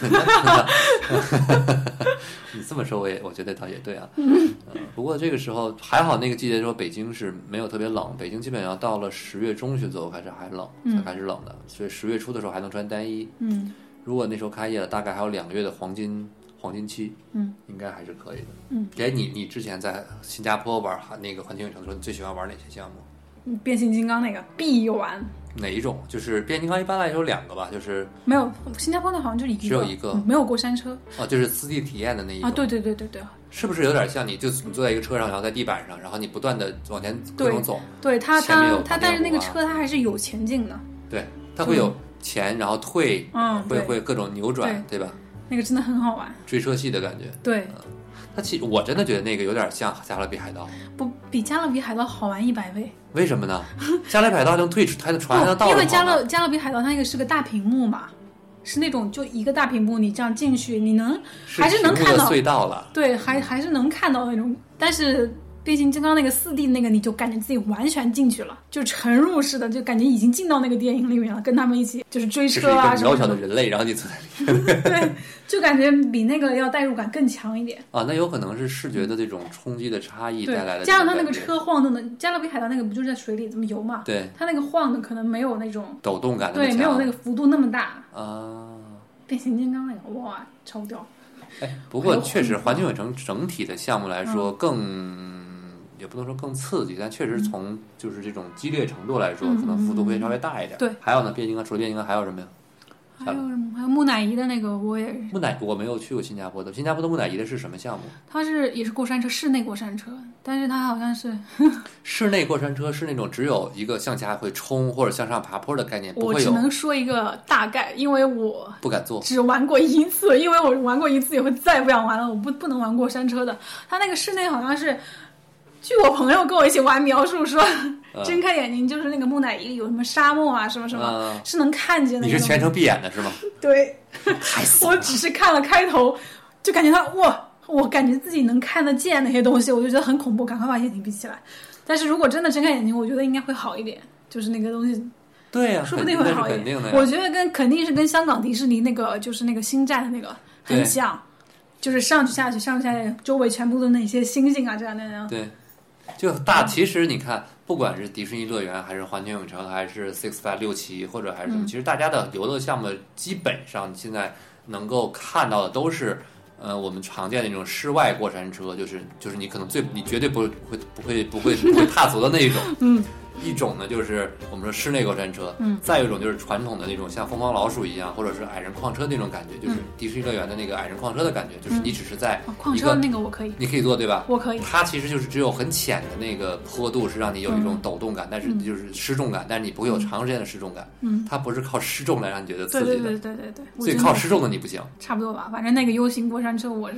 你这么说我觉得倒也对啊。不过这个时候还好，那个季节说北京是没有特别冷，北京基本上到了10月中旬左右开始还冷，才开始冷的，所以10月初的时候还能穿单衣。如果那时候开业了，大概还有2个月的黄金期，应该还是可以的。给你之前在新加坡玩那个环球影城的时候，你最喜欢玩哪些项目？ 变形金刚那个必玩。 哪一种？就是变形金刚一般来说2个吧，就是没有新加坡那好像就只有一个， 没有过山车。 就是4D 体验的那一种。 对， 是不是有点像你坐在一个车上，然后在地板上，然后你不断的往前各种走？ 对，它但是那个车它还是有前进的。 对，它会有前，然后退，会各种扭转，对吧？ 那个真的很好玩， 追车戏的感觉。 对， 它我真的觉得那个有点像加勒比海盗， 不比加勒比海盗好玩100倍。 为什么呢？加勒比海盗能退出，它的船还能倒着跑。 因为加勒比海盗它那个是个大屏幕嘛，是那种就一个大屏幕，你这样进去，你还是能看到隧道了。 对，还是能看到那种，但是。变形金刚那个4D 那个，你就感觉自己完全进去了，就沉入式的，就感觉已经进到那个电影里面了，跟他们一起就是追车啊什么的。 是一个渺小的人类，然后你坐在里面。 对，就感觉比那个要代入感更强一点。 那有可能是视觉的这种冲击的差异带来的。 加上它那个车晃动的，加勒比海盗那个不就是在水里这么游嘛？ 对， 它那个晃的可能没有那种抖动感， 对，没有那个幅度那么大啊。 变形金刚那个哇，超屌！ 不过确实，环球影城整体的项目来说也不能说更刺激，但确实从就是这种激烈程度来说，可能幅度会稍微大一点。 对， 还有呢，变形金刚除了变形金刚还有什么呀？ 还有什么？还有木乃伊的那个， 我没有去过新加坡的。新加坡的木乃伊的是什么项目？ 它也是过山车，室内过山车，但是它好像是室内过山车是那种只有一个向下会冲或者向上爬坡的概念，不会有。 我只能说一个大概，因为我不敢坐， 只玩过一次，因为我玩过一次以后再也不想玩了，我不能玩过山车的。它那个室内好像是。据我朋友跟我一起玩描述说，睁开眼睛就是那个木乃伊有什么沙漠啊什么什么，是能看见的。 你是全程闭眼的是吗？ 对，我只是看了开头，就感觉我感觉自己能看得见那些东西，我就觉得很恐怖，赶快把眼睛闭起来。但是如果真的睁开眼睛，我觉得应该会好一点，就是那个东西。 对呀， 说不定会好一点。我觉得肯定是跟香港迪士尼那个就是那个星战的那个很像，就是上去下去上去下去，周围全部都那些星星啊这样那样。 对。就其实你看，不管是迪士尼乐园，还是环球影城，还是 Six Flags 六旗，或者还是什么，其实大家的游乐项目基本上现在能够看到的都是，我们常见的那种室外过山车，就是你可能你绝对不会踏足的那一种。一种呢就是我们说室内过山车，再有一种就是传统的那种像疯狂老鼠一样，或者是矮人矿车那种感觉，就是迪士尼乐园的那个矮人矿车的感觉，就是你只是在矿车那个我可以， 你可以坐对吧？ 我可以。 它其实就是只有很浅的那个坡度是让你有一种抖动感，但是就是失重感，但是你不会有长时间的失重感。它不是靠失重来让你觉得刺激的。 对。 所以靠失重的你不行。 差不多吧，反正那个 U 型过山车我是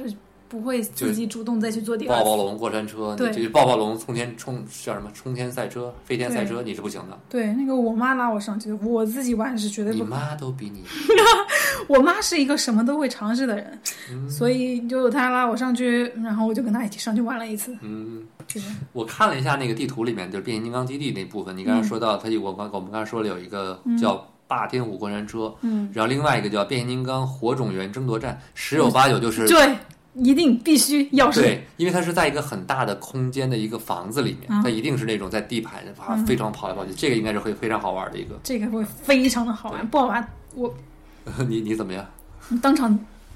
不会自己主动再去做第二次。 抱抱龙过山车， 对， 这抱抱龙叫什么冲天赛车、飞天赛车，你是不行的。 对，那个我妈拉我上去，我自己玩是绝对不。 你妈都比你。 我妈是一个什么都会尝试的人，所以就她拉我上去，然后我就跟她一起上去玩了一次。 我看了一下那个地图里面，就是变形金刚基地那部分，你刚才说到我们刚才说了有一个叫霸天虎过山车，然后另外一个叫变形金刚火种源争夺战，十有八九就是对。一定必须要是对，因为它是在一个很大的空间的一个房子里面，它一定是那种在地盘非常跑来跑去，这个应该是会非常好玩的一个。 这个会非常的好玩，不好玩我你怎么样？ 当场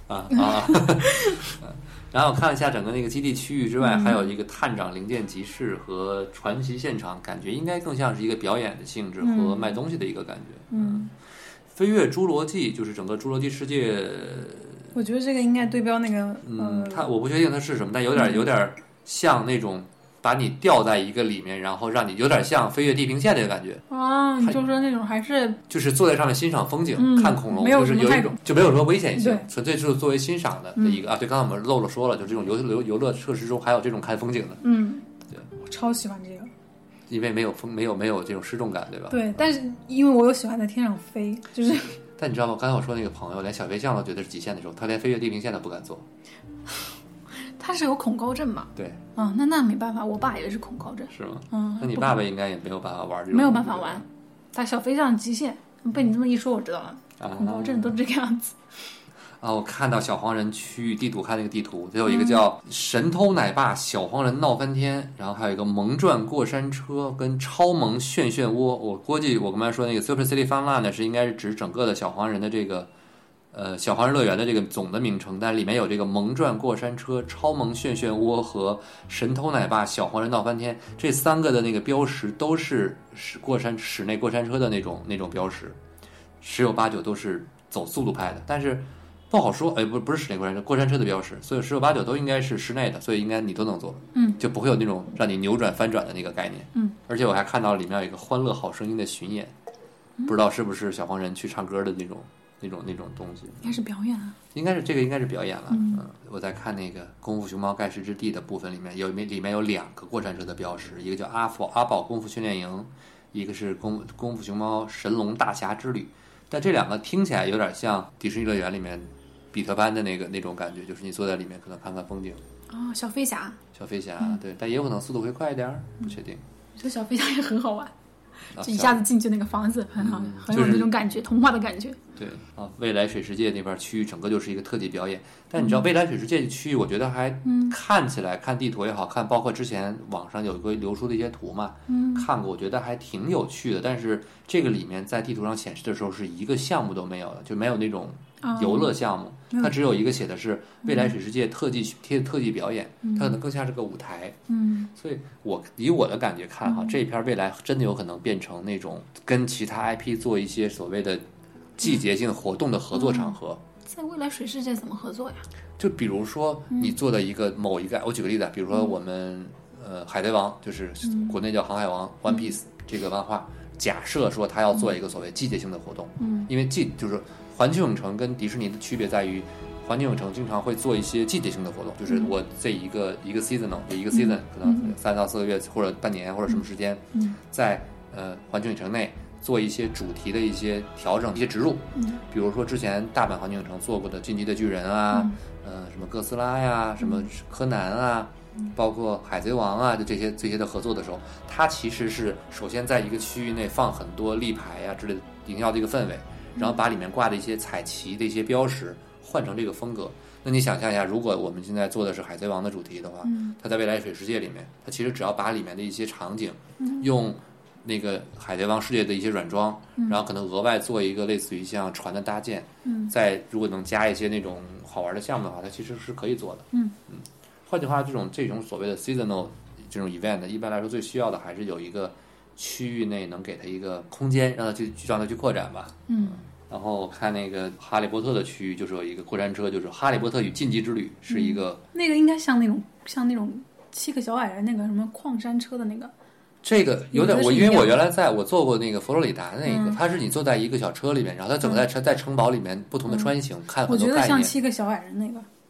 然后我看了一下整个那个基地区域之外，还有一个探长零件集市和传奇现场，感觉应该更像是一个表演的性质和卖东西的一个感觉。飞跃侏罗纪就是整个侏罗纪世界。 我觉得这个应该对标那个， 我不确定它是什么，但有点像那种把你吊在一个里面，然后让你有点像飞越地平线的感觉。 你就说那种还是就是坐在上面欣赏风景、看恐龙，就是有一种就没有什么危险性，纯粹就是作为欣赏的一个对，刚才我们漏了说了，就这种游乐设施中还有这种看风景的。 对，我超喜欢这个， 因为没有这种失重感，对吧？ 对，但是因为我有喜欢在天上飞，就是。 但你知道吗？刚才我说那个朋友连小飞象都觉得是极限的时候，他连飞越地平线都不敢做。 他是有恐高症嘛？ 对。 那没办法，我爸也是恐高症。 是吗？那你爸爸应该也没有办法玩这种。 没有办法玩，他小飞象极限。被你这么一说，我知道了。恐高症都这个样子。 我看到小黄人区域地图，看那个地图，它有一个叫神偷奶爸小黄人闹翻天，然后还有一个萌转过山车跟超萌旋漩涡。我估计我刚才说那个 Super City Funland 呢，是应该是指整个的小黄人的这个小黄人乐园的这个总的名称，但里面有这个萌转过山车、超萌旋漩涡和神偷奶爸小黄人闹翻天这三个的那个标识都是室内过山车的那种标识，十有八九都是走速度派的，但是。不好说，不是室内过山车的标识，所以十有八九都应该是室内的，所以应该你都能做，就不会有那种让你扭转翻转的那个概念，而且我还看到里面有一个欢乐好声音的巡演，不知道是不是小黄人去唱歌的那种东西， 应该是表演啊， 应该是表演了，我在看那个功夫熊猫盖世之地的部分里面有2个过山车的标识，一个叫阿宝功夫训练营，一个是功夫熊猫神龙大侠之旅，但这两个听起来有点像迪士尼乐园里面彼得潘的那种感觉，就是你坐在里面可能看看风景。 小飞侠， 对，但也有可能速度会快一点，不确定。 我觉得小飞侠也很好玩，就一下子进去那个房子很好，很有那种感觉，童话的感觉。 对未来水世界那边区域整个就是一个特技表演，但你知道未来水世界区域，我觉得还看起来看地图也好看，包括之前网上有个流出的一些图嘛，看过，我觉得还挺有趣的。但是这个里面在地图上显示的时候是一个项目都没有的，就没有那种游乐项目，它只有一个写的是未来水世界特技表演，它可能更像是个舞台。所以以我的感觉看这一片未来真的有可能变成那种跟其他 IP 做一些所谓的季节性活动的合作场合。 在未来水世界怎么合作呀？ 就比如说你做的某一个，我举个例子，比如说我们海贼王，就是国内叫航海王 One Piece 这个漫画，假设说他要做一个所谓季节性的活动，因为就是环球影城跟迪士尼的区别在于，环球影城经常会做一些季节性的活动，就是我这一个 seasonal 就一个 season 可能3到4个月或者半年或者什么时间，在环球影城内做一些主题的一些调整、一些植入，比如说之前大阪环球影城做过的《进击的巨人》啊，什么哥斯拉呀，什么柯南啊，包括海贼王啊，就这些的合作的时候，它其实是首先在一个区域内放很多立牌呀之类的，营造这个氛围，然后把里面挂的一些彩旗的一些标识换成这个风格。那你想象一下，如果我们现在做的是海贼王的主题的话，它在未来水世界里面，它其实只要把里面的一些场景用那个海贼王世界的一些软装，然后可能额外做一个类似于像船的搭建，再如果能加一些那种好玩的项目的话，它其实是可以做的。换句话，这种所谓的 seasonal 这种 event， 一般来说最需要的还是有一个区域内能给它一个空间，让它去扩展吧。然后我看那个哈利波特的区域就是有一个过山车，就是哈利波特与禁忌之旅，是一个那个应该像那种7个小矮人那个什么矿山车的那个。 这个有点因为我原来我坐过那个佛罗里达那个，它是你坐在一个小车里面，然后它整个在城堡里面不同的穿行，看很多概念。 我觉得像7个小矮人那个。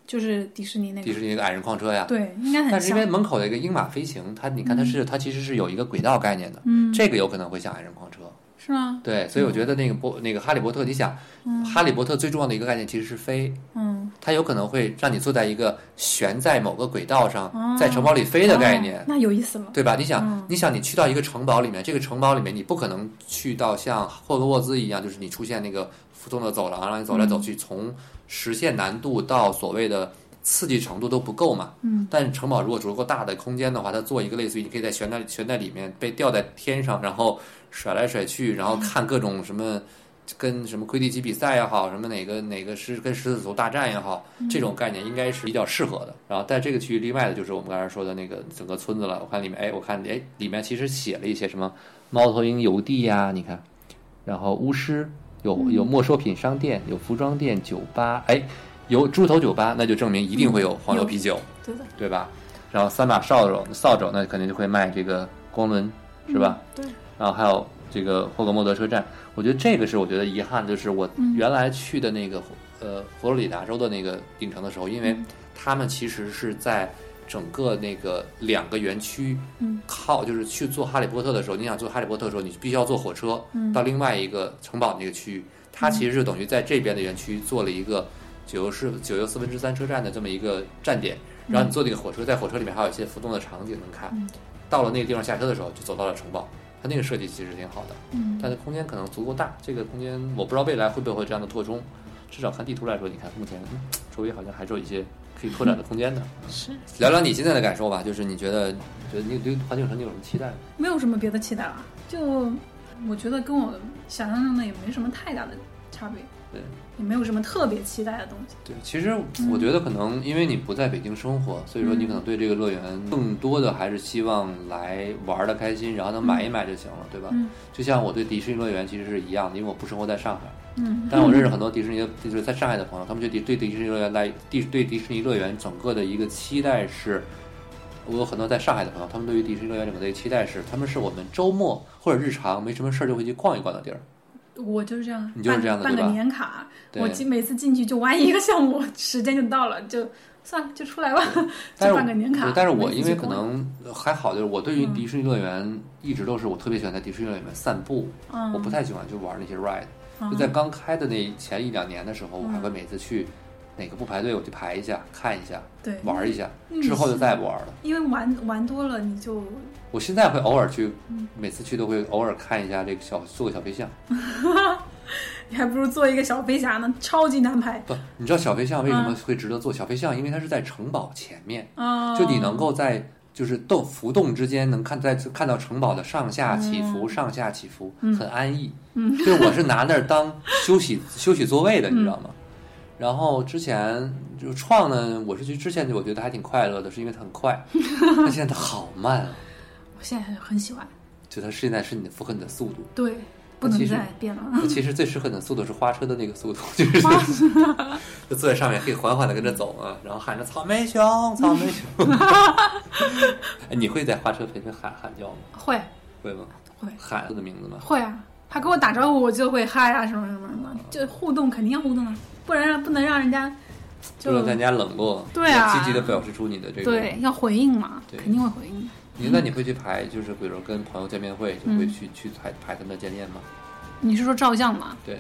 就是迪士尼那个矮人矿车呀， 对，应该很像。 但是因为门口的一个鹰马飞行，你看它其实是有一个轨道概念的，这个有可能会像矮人矿车。 是吗？ 对，所以我觉得那个哈利波特，你想，哈利波特最重要的一个概念其实是飞，它有可能会让你坐在一个悬在某个轨道上，在城堡里飞的概念， 那有意思了， 对吧？你想你去到一个城堡里面，这个城堡里面你不可能去到像霍格沃兹一样，就是你出现那个浮动的走廊，让你走来走去，从实现难度到所谓的刺激程度都不够嘛。但城堡如果足够大的空间的话，它做一个类似于你可以在悬在里面被吊在天上，然后甩来甩去，然后看各种什么跟什么魁地奇比赛也好，什么哪个是跟狮子族大战也好，这种概念应该是比较适合的。然后在这个区域例外的就是我们刚才说的那个整个村子了。我看里面，里面其实写了一些什么猫头鹰邮递呀，你看，然后巫师有没收品商店，有服装店、酒吧，有猪头酒吧，那就证明一定会有黄油啤酒， 对的， 对吧？然后3把扫帚，那肯定就会卖这个光轮，是吧？ 对。 然后还有这个霍格莫德车站，我觉得这个是我觉得遗憾，就是我原来去的那个佛罗里达州的那个影城的时候，因为他们其实是在整个那个2个园区就是去做哈利波特的时候，你想做哈利波特的时候，你必须要坐火车到另外一个城堡那个区域，它其实是等于在这边的园区做了一个9又3/4车站的这么一个站点，然后你坐那个火车，在火车里面还有一些浮动的场景能看，到了那个地方下车的时候就走到了城堡。它那个设计其实挺好的，但是空间可能足够大。这个空间我不知道未来会不会这样的扩充，至少看地图来说，你看目前周围好像还是有一些可以拓展的空间的。 是， 聊聊你现在的感受吧，就是你觉得你对环球影城你有什么期待？ 没有什么别的期待了，就我觉得跟我想象中的也没什么太大的差别。 对， 也没有什么特别期待的东西。 对，其实我觉得可能因为你不在北京生活，所以说你可能对这个乐园更多的还是希望来玩的开心，然后能买一买就行了，对吧？就像我对迪士尼乐园其实是一样的，因为我不生活在上海，但我认识很多迪士尼就是在上海的朋友，他们对迪士尼乐园对迪士尼乐园整个的一个期待是，我有很多在上海的朋友，他们对于迪士尼乐园整个的期待是，他们是我们周末或者日常没什么事就会去逛一逛的地儿。 我就是这样， 你就是这样的， 办个年卡，我每次进去就玩一个项目，时间就到了，就算了，就出来吧，就办个年卡。 但是我因为可能还好，就是我对于迪士尼乐园一直都是我特别喜欢在迪士尼乐园里面散步，我不太喜欢就玩那些 ride。就在刚开的那前1-2年的时候，我还会每次去哪个不排队我就排一下看一下， 对， 玩一下，之后就再也不玩了。 因为玩多了你就。 我现在会偶尔去，每次去都会偶尔看一下这个做个小飞象。 你还不如做一个小飞侠呢，超级难排。 不，你知道小飞象为什么会值得做？小飞象因为它是在城堡前面，就你能够在就是浮动之间能看到城堡的上下起伏，很安逸。就我是拿那儿当休息座位的，你知道吗？然后之前就创呢，我是去之前我觉得还挺快乐的，是因为它很快，但现在它好慢啊。 我现在很喜欢， 就它现在是你符合你的速度， 对，不能再变了。 其实最适合你的速度是花车的那个速度，就是就坐在上面可以缓缓的跟着走啊，然后喊着草莓熊，草莓熊。你会在花车旁边喊叫吗？ 会吗？ 会喊他的名字吗？ 会啊，他跟我打招呼我就会嗨啊，什么什么什么，就互动肯定要互动啊，不能让人家。 不能让人家冷落， 对啊， 积极的表示出你的这个， 对，要回应嘛，肯定会回应。 那你会去排，就是比如跟朋友见面会，就会去排他们的见面吗？ 你是说照相吗？ 对，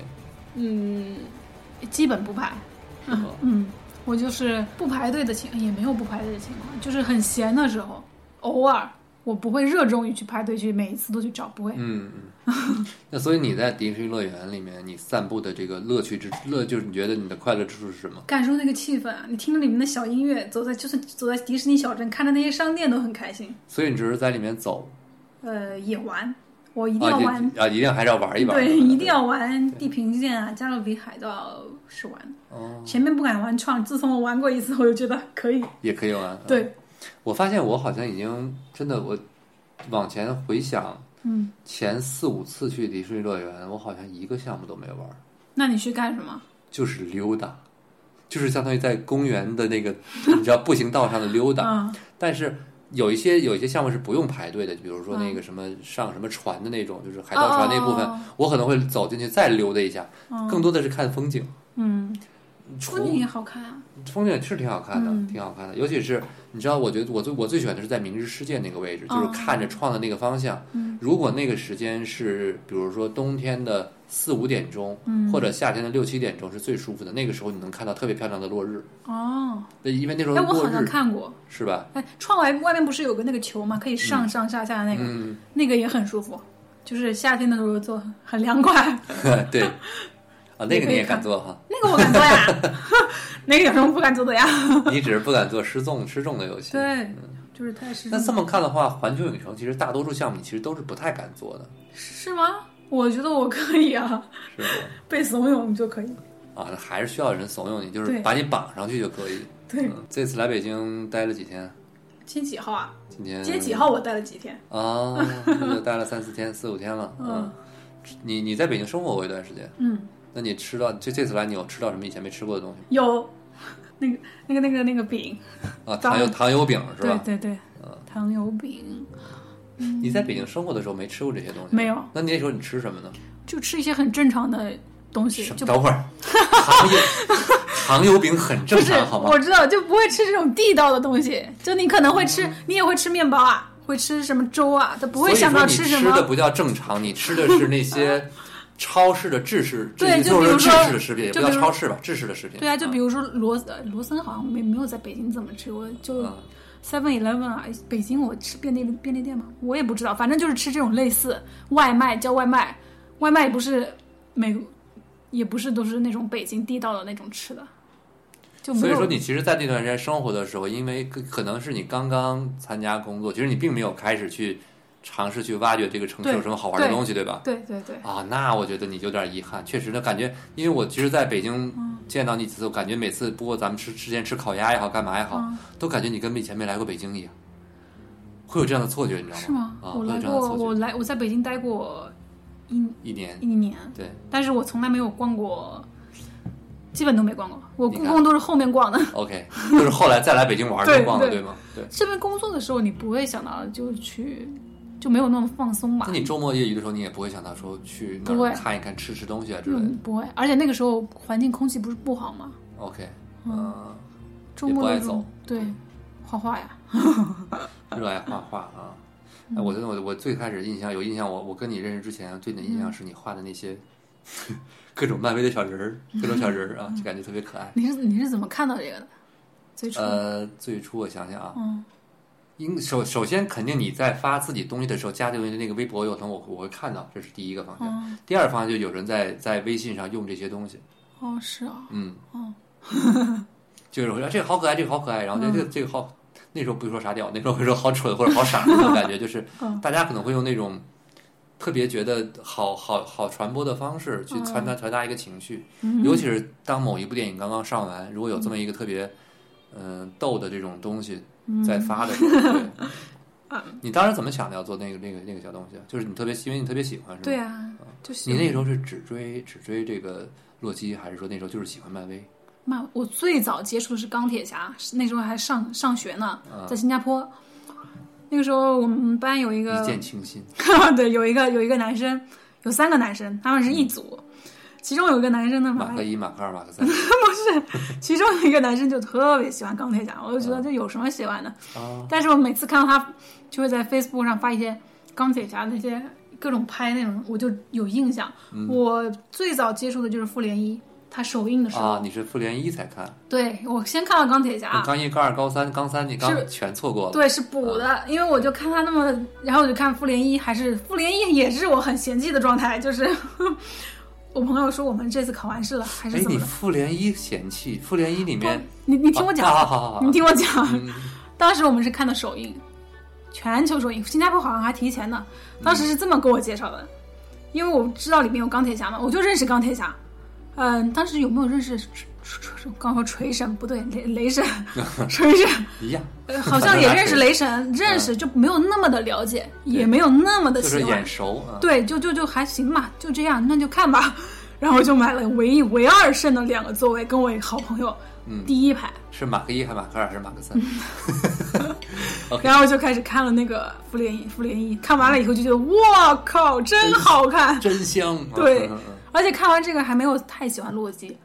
基本不排。我就是不排队的情况，也没有不排队的情况，就是很闲的时候，偶尔我不会热衷于去排队去每一次都去找，不会。 那所以你在迪士尼乐园里面，你散步的这个就是你觉得你的快乐之处是什么？ 感受那个气氛啊，你听着里面的小音乐，走在迪士尼小镇，看着那些商店都很开心。 所以你只是在里面走？ 也玩，我一定要玩一定还是要玩一玩。 对，一定要玩地平线啊，加勒比海盗是玩。前面不敢玩创，自从我玩过一次，我就觉得可以， 也可以玩。 对， 我发现我好像已经真的，我往前回想。前4-5次去迪士尼乐园，我好像一个项目都没玩。 那你去干什么？ 就是溜达，就是相当于在公园的那个你知道步行道上的溜达。但是有一些项目是不用排队的，比如说那个什么上什么船的那种，就是海盗船那部分，我可能会走进去再溜达一下，更多的是看风景。 风景也好看啊， 风景是挺好看的，挺好看的。尤其是你知道，我觉得我最喜欢的是在明日世界那个位置，就是看着窗的那个方向。如果那个时间是比如说冬天的4、5点钟，或者夏天的6、7点钟是最舒服的。那个时候你能看到特别漂亮的落日。对，因为那时候落日。 我好像看过， 是吧？ 窗外面不是有个那个球吗？可以上上下下的那个，那个也很舒服。就是夏天的时候做很凉快。 对。那个你也敢做哈？ 那个我敢做呀，那个有什么不敢做的呀？ 你只是不敢做失重的游戏。 对，就是太失重。 那这么看的话，环球影城其实大多数项目你其实都是不太敢做的。 是吗？我觉得我可以啊， 是被怂恿就可以啊，还是需要人怂恿你，就是把你绑上去就可以。 对， 这次来北京待了几天？ 今天几号啊？ 今天几号？我待了几天？ 啊，那就待了3、4天、4、5天了。你在北京生活过一段时间。那你吃到这次来，你有吃到什么以前没吃过的东西？ 有，那个饼啊，糖油饼是吧？ 对，糖油饼。 你在北京生活的时候没吃过这些东西？ 没有。 那那时候你吃什么呢？ 就吃一些很正常的东西。就等会儿，糖油饼很正常好吗？ 我知道，就不会吃这种地道的东西。就你可能会吃，你也会吃面包啊，会吃什么粥啊，都不会想到吃什么。 你吃的不叫正常，你吃的是那些。超市的制式， 对，就比如说制式的食品，也不叫超市吧，制式的食品。 对啊，就比如说罗森好像没有在北京怎么吃过，就 7-Eleven 啊，北京我吃便利店嘛，我也不知道，反正就是吃这种类似外卖，叫外卖也不是也不是都是那种北京地道的那种吃的。就所以说，你其实，在那段时间生活的时候，因为可能是你刚刚参加工作，其实你并没有开始去。尝试去挖掘这个城市有什么好玩的东西，对吧？ 对。 啊，那我觉得你有点遗憾，确实的感觉，因为我其实在北京见到你几次，我感觉每次不过咱们之前吃烤鸭也好，干嘛也好，都感觉你跟以前没来过北京一样，会有这样的错觉，你知道吗？ 是吗？我来过，我在北京待过一年， 对， 但是我从来没有逛过。基本都没逛过，我故宫都是后面逛的。 OK， 就是后来再来北京玩才逛的，对吗？对。 这边工作的时候，你不会想到就没有那么放松吧？ 那你周末业余的时候，你也不会想到说去那儿看一看、吃东西啊之类的。 不会，而且那个时候环境空气不好吗 ？OK， 周末也不爱走， 对，画画呀， 热爱画画啊。我觉得我最开始有印象，我跟你认识之前，对你的印象是你画的那些。各种漫威的小人儿，各种小人儿啊，就感觉特别可爱。 你是怎么看到这个的？ 最初我想想啊，首先肯定你在发自己东西的时候，加进那个微博有可能我会看到，这是第一个方向。第二个方向就有人在微信上用这些东西。 哦，是啊。 就是我说这个好可爱，这个好可爱，然后这个好，那时候不说傻屌，那时候会说好蠢或者好傻那种感觉，就是大家可能会用那种。特别觉得好传播的方式去传达一个情绪，尤其是当某一部电影刚刚上完，如果有这么一个特别逗的这种东西在发的时候，你当时怎么想的要做那个小东西？就是因为你特别喜欢，是吧？ 对啊，就喜欢。 你那时候是只追这个洛基，还是说那时候就是喜欢漫威？ 我最早接触的是钢铁侠，那时候还上学呢，在新加坡。那个时候我们班有一个一见倾心， 对，有一个男生，有3个男生，他们是一组，其中有一个男生呢， 马克1、马克2、马克3， 不是，其中有一个男生就特别喜欢钢铁侠，我就觉得这有什么喜欢的？但是我每次看到他就会在 Facebook 上发一些钢铁侠那些各种拍那种，我就有印象。我最早接触的就是复联1。他首映的时候啊，你是复联1才看？ 对，我先看到钢铁侠。 钢1、钢2、钢3，你刚全错过了。 对，是补的，因为我就看他那么，然后我就看复联1，还是复联1也是我很嫌弃的状态，就是我朋友说我们这次考完试了，还是怎么的？ 你复联1嫌弃？复联1里面， 你听我讲， 好， 你听我讲。当时我们是看的首映，全球首映，新加坡好像还提前呢。当时是这么给我介绍的，因为我知道里面有钢铁侠嘛，我就认识钢铁侠。当时有没有认识？刚说锤神不对，雷神，锤神一样， 好像也认识雷神，认识就没有那么的了解，也没有那么的喜欢， 就是眼熟。 对，就还行吧，就这样，那就看吧。然后就买了唯2剩的2个座位，跟我一个好朋友，第一排。 是马克1还是马克2还是马克3？ 然后就开始看了那个复联1，看完了以后就觉得哇靠，真好看， 真香。 对。而且看完这个还没有太喜欢洛基，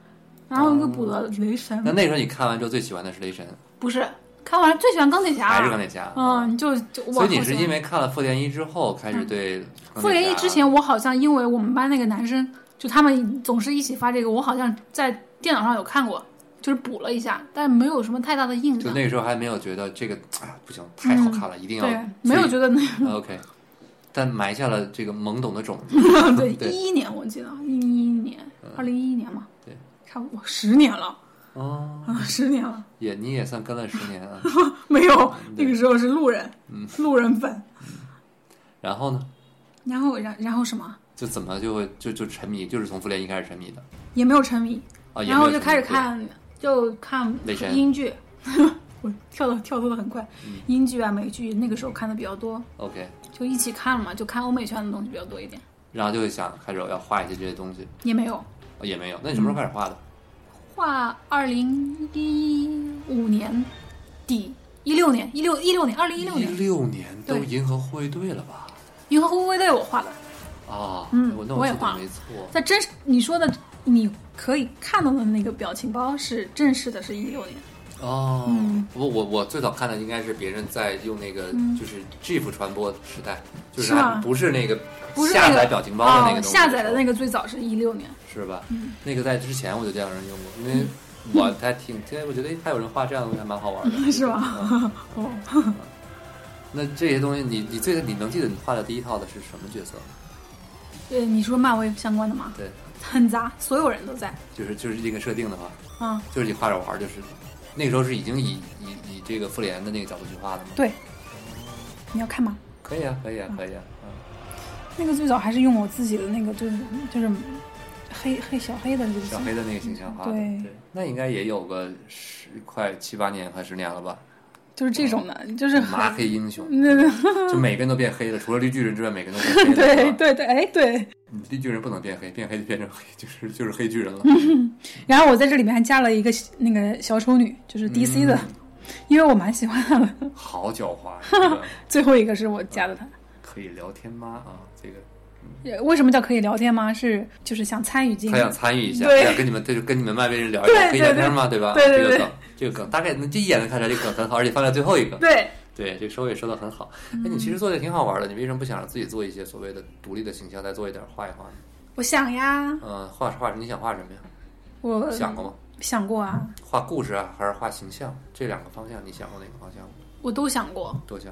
然后又补了雷神。 那时候你看完之后最喜欢的是雷神？ 不是，看完最喜欢钢铁侠。 还是钢铁侠？ 所以你是因为看了复联1之后开始对复联1之前，我好像因为我们班那个男生，就他们总是一起发这个，我好像在电脑上有看过，就是补了一下，但没有什么太大的印象。 就那个时候还没有觉得这个不行，太好看了，一定要。 对，没有觉得那个。 OK。但埋下了这个懵懂的种子。 对，11年我记得，2011年嘛， 对， 差不多10年了。10年了。 你也算跟了10年啊？ 没有，那个时候是路人，路人粉。 然后呢？ 然后什么？ 就怎么就会就沉迷？就是从复联1开始沉迷的？ 也没有沉迷然后就开始看英剧。我跳脱的很快，英剧啊美剧那个时候看的比较多。 OK， 就一起看了嘛，就看欧美圈的东西比较多一点。 然后就会想开始要画一些这些东西。 也没有。 也没有。那你什么时候开始画的？ 画2015年底，16年，2016年都银河护卫队了吧？ 银河护卫队我画的。 我也画了， 没错。 在你说的你可以看到的那个表情包是正式的，是16年。 我最早看的应该是别人在用那个就是 GIF 传播时代，就是不是那个下载表情包的那个东西。 下载的那个最早是16年， 是吧？那个在之前我就见有人用过，因为我还我觉得还有人画这样的东西还蛮好玩的， 是吧？ 那这些东西你能记得你画的第一套的是什么角色？ 你说漫威相关的吗？ 对， 很杂，所有人都在。 就是这个设定的话，就是你画着玩，就是那个时候是已经以这个复联的那个角度去画的吗？ 对，你要看吗？ 可以啊。 那个最早还是用我自己的那个，就是小黑的这个小黑的那个形象画的。对，那应该也有个快7、8年，快10年了吧？ 就是这种的，就是麻黑英雄，就每个人都变黑了，除了绿巨人之外，每个人都变黑了。 对， 绿巨人不能变黑，变黑就变成黑，就是黑巨人了。 然后我在这里面还加了一个那个小丑女，就是 DC 的，因为我蛮喜欢她的。 好狡猾！ 最后一个是我加的她。 可以聊天吗？这个。 为什么叫可以聊天吗？就是想参与进去， 他想参与一下，想跟你们漫威人聊一聊，可以聊天吗？对吧？ 对， 这个梗大概这一眼能看出来这个梗很好，而且放在最后一个。 对， 这个收尾收的很好。你其实做的挺好玩的，你为什么不想让自己做一些所谓的独立的形象，再做一点画一画呢？ 我想呀。 画你想画什么呀？ 我想过吗？ 想过啊。 画故事啊，还是画形象？这两个方向你想过哪个方向？ 我都想过。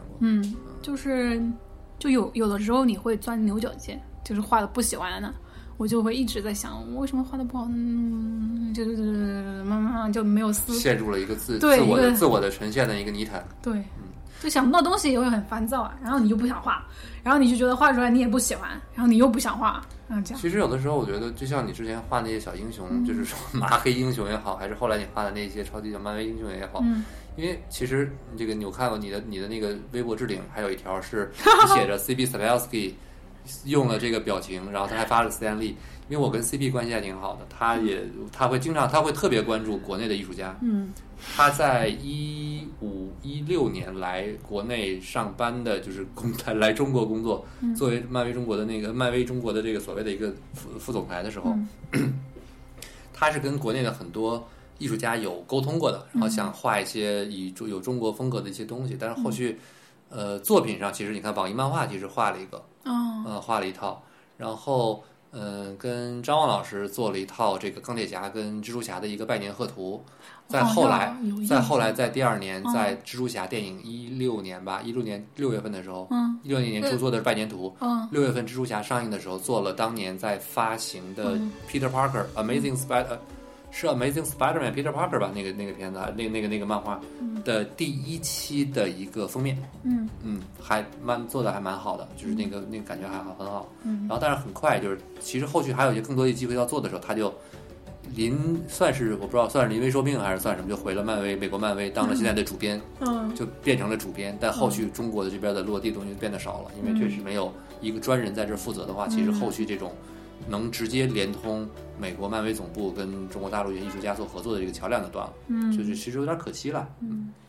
就有的时候你会钻牛角尖，就是画的不喜欢的，我就会一直在想，我为什么画的不好？就是慢慢就没有陷入了一个自我的呈现的一个泥潭。 对，就想不到东西也会很烦躁啊，然后你就不想画，然后你就觉得画出来你也不喜欢，然后你又不想画，这样。 其实有的时候我觉得，就像你之前画那些小英雄，就是说麻黑英雄也好，还是后来你画的那些超级小漫威英雄也好。因为其实这个你有看过你的那个微博置顶，还有一条是你写着 CB Sapelsky 用了这个表情，然后他还发了斯坦利。因为我跟 CP 关系还挺好的，他会特别关注国内的艺术家。他在15、16年来国内上班的，就是来中国工作，作为漫威中国的这个所谓的一个副总裁的时候，他是跟国内的很多艺术家有沟通过的，然后想画一些有中国风格的一些东西，但是后续作品上其实你看网易漫画其实画了一个，画了一套，然后跟张望老师做了一套这个钢铁侠跟蜘蛛侠的一个拜年贺图。再后来在第2年，在蜘蛛侠电影16年吧，16年6月份的时候，16年年初做的是拜年图，6月份蜘蛛侠上映的时候做了当年在发行的 Peter Parker Amazing Spider-Man Peter Parker 吧，那个片子，那个漫画的第1期的一个封面，做的还蛮好的，就是那个感觉还好，很好。然后但是很快就是，其实后续还有一些更多的机会要做的时候，他就算是我不知道算是临危受命还是算什么，就回了美国漫威当了现在的主编，就变成了主编。但后续中国的这边的落地东西变得少了，因为确实没有一个专人在这负责的话，其实后续这种能直接连通美国漫威总部跟中国大陆艺术家做合作的这个桥梁就断了，就是其实有点可惜了。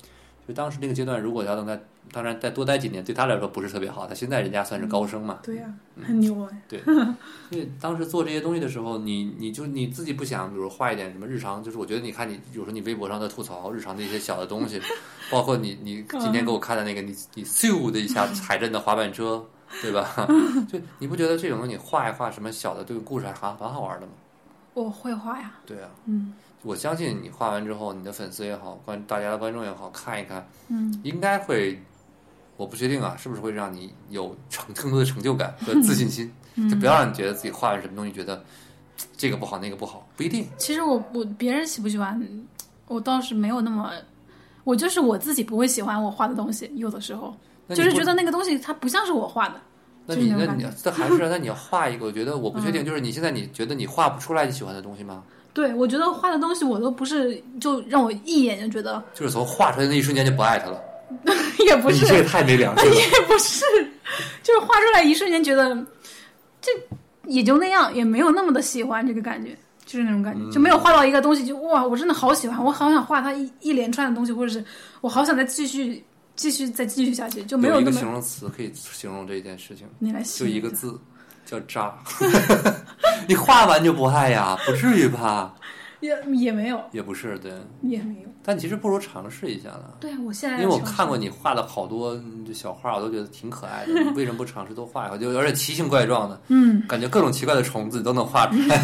就当时那个阶段，如果要能在，当然再多待几年，对他来说不是特别好。他现在人家算是高升嘛。 对呀，很牛啊。 对，因为当时做这些东西的时候，你自己不想，比如画一点什么日常，就是我觉得你看你，比如说你微博上的吐槽，日常的一些小的东西，包括你今天给我看的那个，你咻的一下踩着你的滑板车，对吧？就你不觉得这种东西你画一画什么小的这个故事还蛮好玩的吗？ 我会画呀。 对啊，我相信你画完之后，你的粉丝也好，大家的观众也好，看一看，应该会，我不确定啊，是不是会让你有更多的成就感和自信心？就不要让你觉得自己画完什么东西，觉得这个不好那个不好，不一定。 其实我别人喜不喜欢，我倒是没有那么，我就是我自己不会喜欢我画的东西，有的时候就是觉得那个东西它不像是我画的。 那你这还是那你要画一个，我觉得我不确定，就是你现在你觉得你画不出来你喜欢的东西吗？ 对，我觉得画的东西我都不是就让我一眼就觉得， 就是从画出来的那一瞬间就不爱它了。 也不是， 你这个太没良心了。 也不是，就是画出来一瞬间觉得这也就那样，也没有那么的喜欢这个感觉，就是那种感觉，就没有画到一个东西就哇，我真的好喜欢，我好想画它一连串的东西，或者是我好想再继续下去，就没有那么。 有一个形容词可以形容这件事情， 你来就一个字，叫渣。你画完就不爱呀？不至于吧？ 也没有， 也不是，对， 也没有。 但你其实不如尝试一下呢。 对，我现在因为我看过你画的好多小画，我都觉得挺可爱的。你为什么不尝试多画一画？就而且奇形怪状的，感觉各种奇怪的虫子你都能画出来。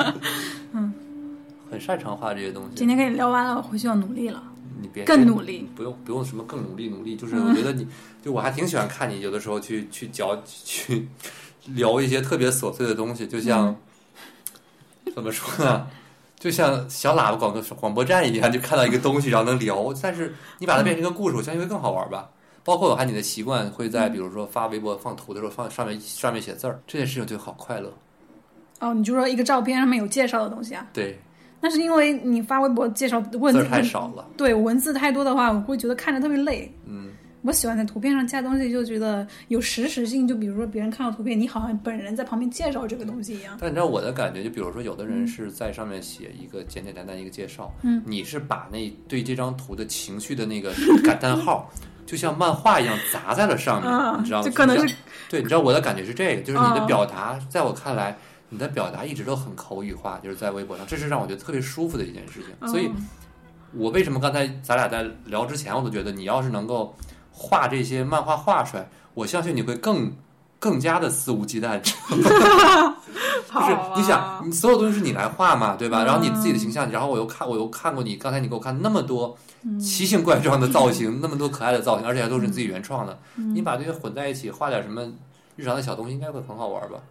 很擅长画这些东西。 今天跟你聊完了，我回去要努力了。 你别更努力， 不用什么更努力，就是我觉得就我还挺喜欢看你有的时候去聊一些特别琐碎的东西，就像怎么说呢？就像小喇叭广播站一样，就看到一个东西然后能聊，但是你把它变成一个故事，我相信会更好玩吧。包括我看你的习惯会在比如说发微博放图的时候放上面写字儿，这件事情就好快乐。 哦，你就说一个照片上面有介绍的东西啊？ 对。 那是因为你发微博介绍文字太少了， 对，文字太多的话，我会觉得看着特别累。我喜欢在图片上加东西，就觉得有实时性。就比如说别人看到图片，你好像本人在旁边介绍这个东西一样。 但你知道我的感觉，就比如说有的人是在上面写一个简简单单一个介绍，你是把那对这张图的情绪的那个感叹号，就像漫画一样砸在了上面，你知道吗？ 就可能是对，你知道我的感觉是这个，就是你的表达，在我看来。你的表达一直都很口语化，就是在微博上，这是让我觉得特别舒服的一件事情。所以，我为什么刚才咱俩在聊之前，我都觉得你要是能够画这些漫画画出来，我相信你会更加的肆无忌惮。就是你想，你所有东西是你来画嘛，对吧？然后你自己的形象，然后我又看过你刚才你给我看那么多奇形怪状的造型，那么多可爱的造型，而且还都是你自己原创的。你把这些混在一起，画点什么日常的小东西，应该会很好玩吧？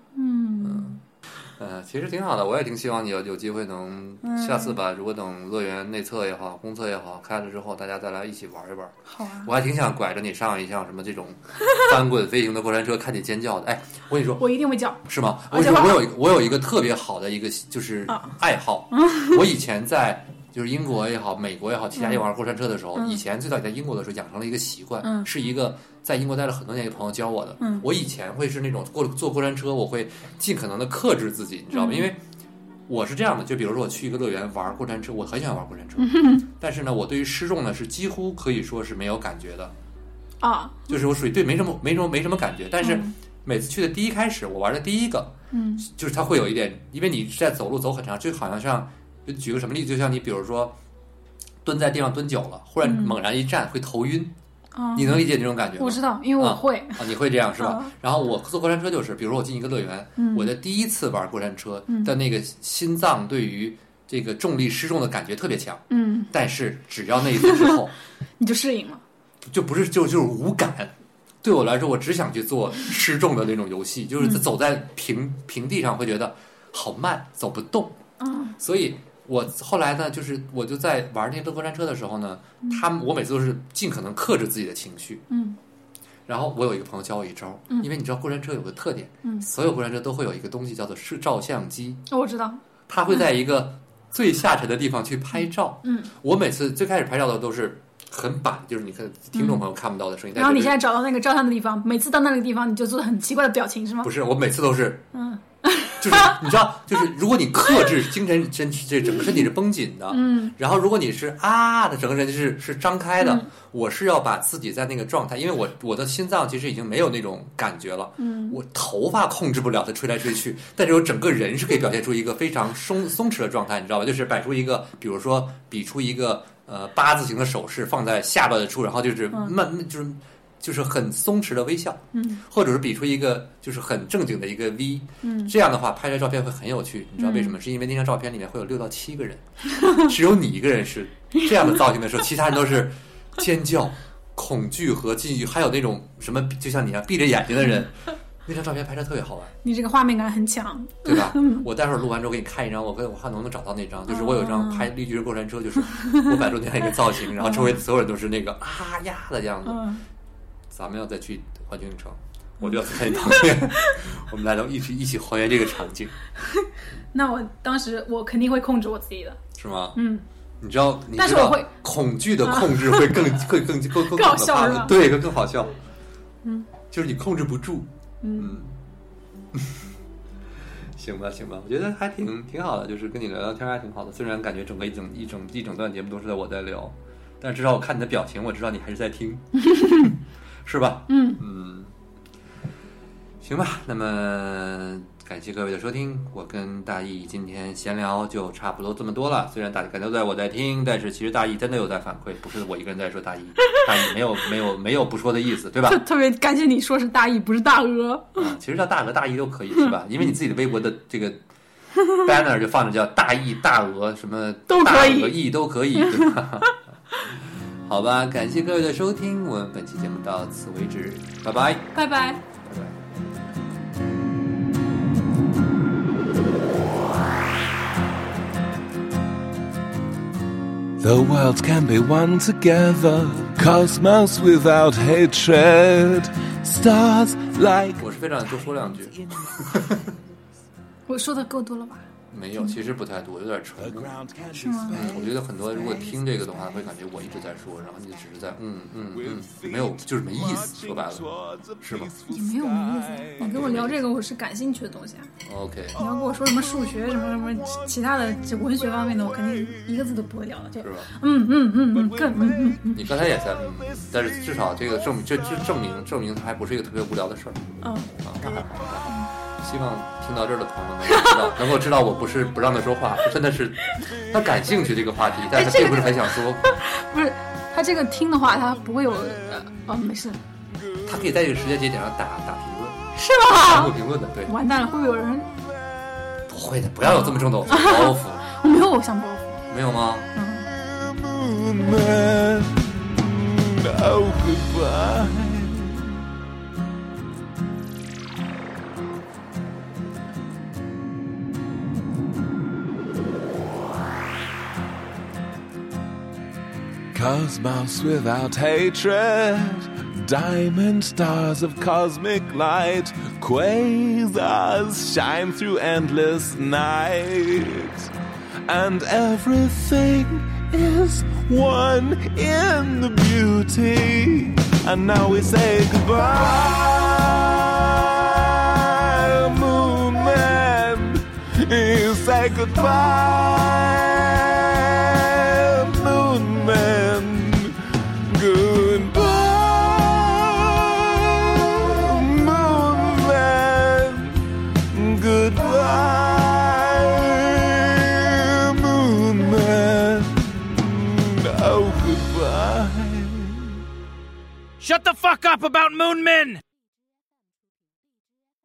其实挺好的，我也挺希望你有机会能下次吧，如果等乐园内测也好，公测也好开了之后，大家再来一起玩一玩。 好啊！ 我还挺想拐着你上一项什么这种翻滚飞行的过山车，看你尖叫的。哎，我跟你说， 我一定会叫。 是吗？我有一个特别好的一个就是爱好，我以前在就是英国也好，美国也好，其他地方玩过山车的时候，以前最早在英国的时候养成了一个习惯，是一个在英国待了很多年一个朋友教我的。我以前会是那种坐过山车，我会尽可能的克制自己，你知道吗？因为我是这样的，就比如说我去一个乐园玩过山车，我很喜欢玩过山车，但是呢，我对于失重呢是几乎可以说是没有感觉的啊，就是我属于对没什么感觉，但是每次去的第一开始，我玩的第一个，就是它会有一点，因为你是在走路走很长，就好像举个什么例子，就像你比如说蹲在地上蹲久了，忽然猛然一站会头晕。你能理解这种感觉吗？ 我知道，因为我会你会这样是吧？然后我坐过山车就是，比如说我进一个乐园，我的第一次玩过山车的那个心脏对于这个重力失重的感觉特别强，但是只要那一次之后， 你就适应了， 就不是就是无感。对我来说，我只想去做失重的那种游戏，就是走在平地上会觉得好慢，走不动。所以。我后来呢，就是我就在玩那个过山车的时候呢，我每次都是尽可能克制自己的情绪。然后我有一个朋友教我一招，因为你知道过山车有个特点，所有过山车都会有一个东西叫做照相机。 我知道， 它会在一个最下沉的地方去拍照。我每次最开始拍照的都是很板，就是你看听众朋友看不到的声音。 然后你现在找到那个照相的地方，每次到那个地方你就做很奇怪的表情是吗？ 不是，我每次都是就是你知道，就是如果你克制精神身体，这整个身体是绷紧的，然后如果你是的整个人是张开的，我是要把自己在那个状态，因为我的心脏其实已经没有那种感觉了，我头发控制不了它吹来吹去，但是我整个人是可以表现出一个非常松弛的状态，你知道吧？就是摆出一个，比如说比出一个八字形的手势放在下巴的处，然后就是就是很松弛的微笑，或者是比出一个就是很正经的一个 V，这样的话拍出来照片会很有趣。你知道为什么？是因为那张照片里面会有6到7个人，只有你一个人是这样的造型的时候，其他人都是尖叫、恐惧和禁欲，还有那种什么，就像你一样闭着眼睛的人。那张照片拍出来特别好玩， 你这个画面感很强， 对吧？我待会儿录完之后给你看一张，我看能不能找到那张，就是我有一张拍绿巨人过山车，就是我摆出那样一个造型，然后周围所有人都是那个呀的样子。咱们要再去环球影城，我就要在你旁边，我们来一起还原这个场景。 那我当时我肯定会控制我自己的， 是吗？你知道， 但是我会恐惧的控制会更好笑，是吧？ 对，更好笑。就是你控制不住。行吧，我觉得还挺好的，就是跟你聊聊天还挺好的。虽然感觉整个一整段节目都是我在聊，但至少我看你的表情，我知道你还是在听，是吧？行吧。那么感谢各位的收听，我跟大义今天闲聊就差不多这么多了。虽然大家感觉在我在听，但是其实大义真的有在反馈，不是我一个人在说大义没有不说的意思，对吧？ 特别感谢你说是大义，不是大鹅。 其实叫大鹅大义都可以，是吧？因为你自己的微博的这个 banner 就放着叫大义大鹅什么都可以， 大鹅义都可以，对吧？好吧，感谢各位的收听，我们本期节目到此为止，拜拜， 拜拜。 The world can be one together, cosmos without hatred, stars like... 我是非常多说两句。 我说的够多了吧？ 没有，其实不太多，有点沉默。 是吗？ 我觉得很多人如果听这个的话，会感觉我一直在说，然后你只是在没有，就是没意思。说白了，是吗？ 也没有没意思。你跟我聊这个，我是感兴趣的东西啊。 OK。 你要跟我说什么数学什么其他的文学方面的，我肯定一个字都不会聊的。就是吧？ 你刚才也在但是至少这个证明它还不是一个特别无聊的事儿。那还好。希望听到这儿的朋友能够知道我不是不让他说话，真的是他感兴趣这个话题，但是他并不是很想说。 不是他这个听的话，他不会有没事。 他可以在这个时间节点上打评论， 是吗？ 打评论的，对。 完蛋了，会不会有人？ 不会的，不要有这么重的包袱。 我没有偶像包袱。 没有吗 Cosmos without hatred, diamond stars of cosmic light, quasars shine through endless nights, and everything is one in the beauty. And now we say goodbye, moon man. You say goodbye, moon man. Goodbye, moon man. Goodbye, moon man. Oh, goodbye. Shut the fuck up about Moon Men!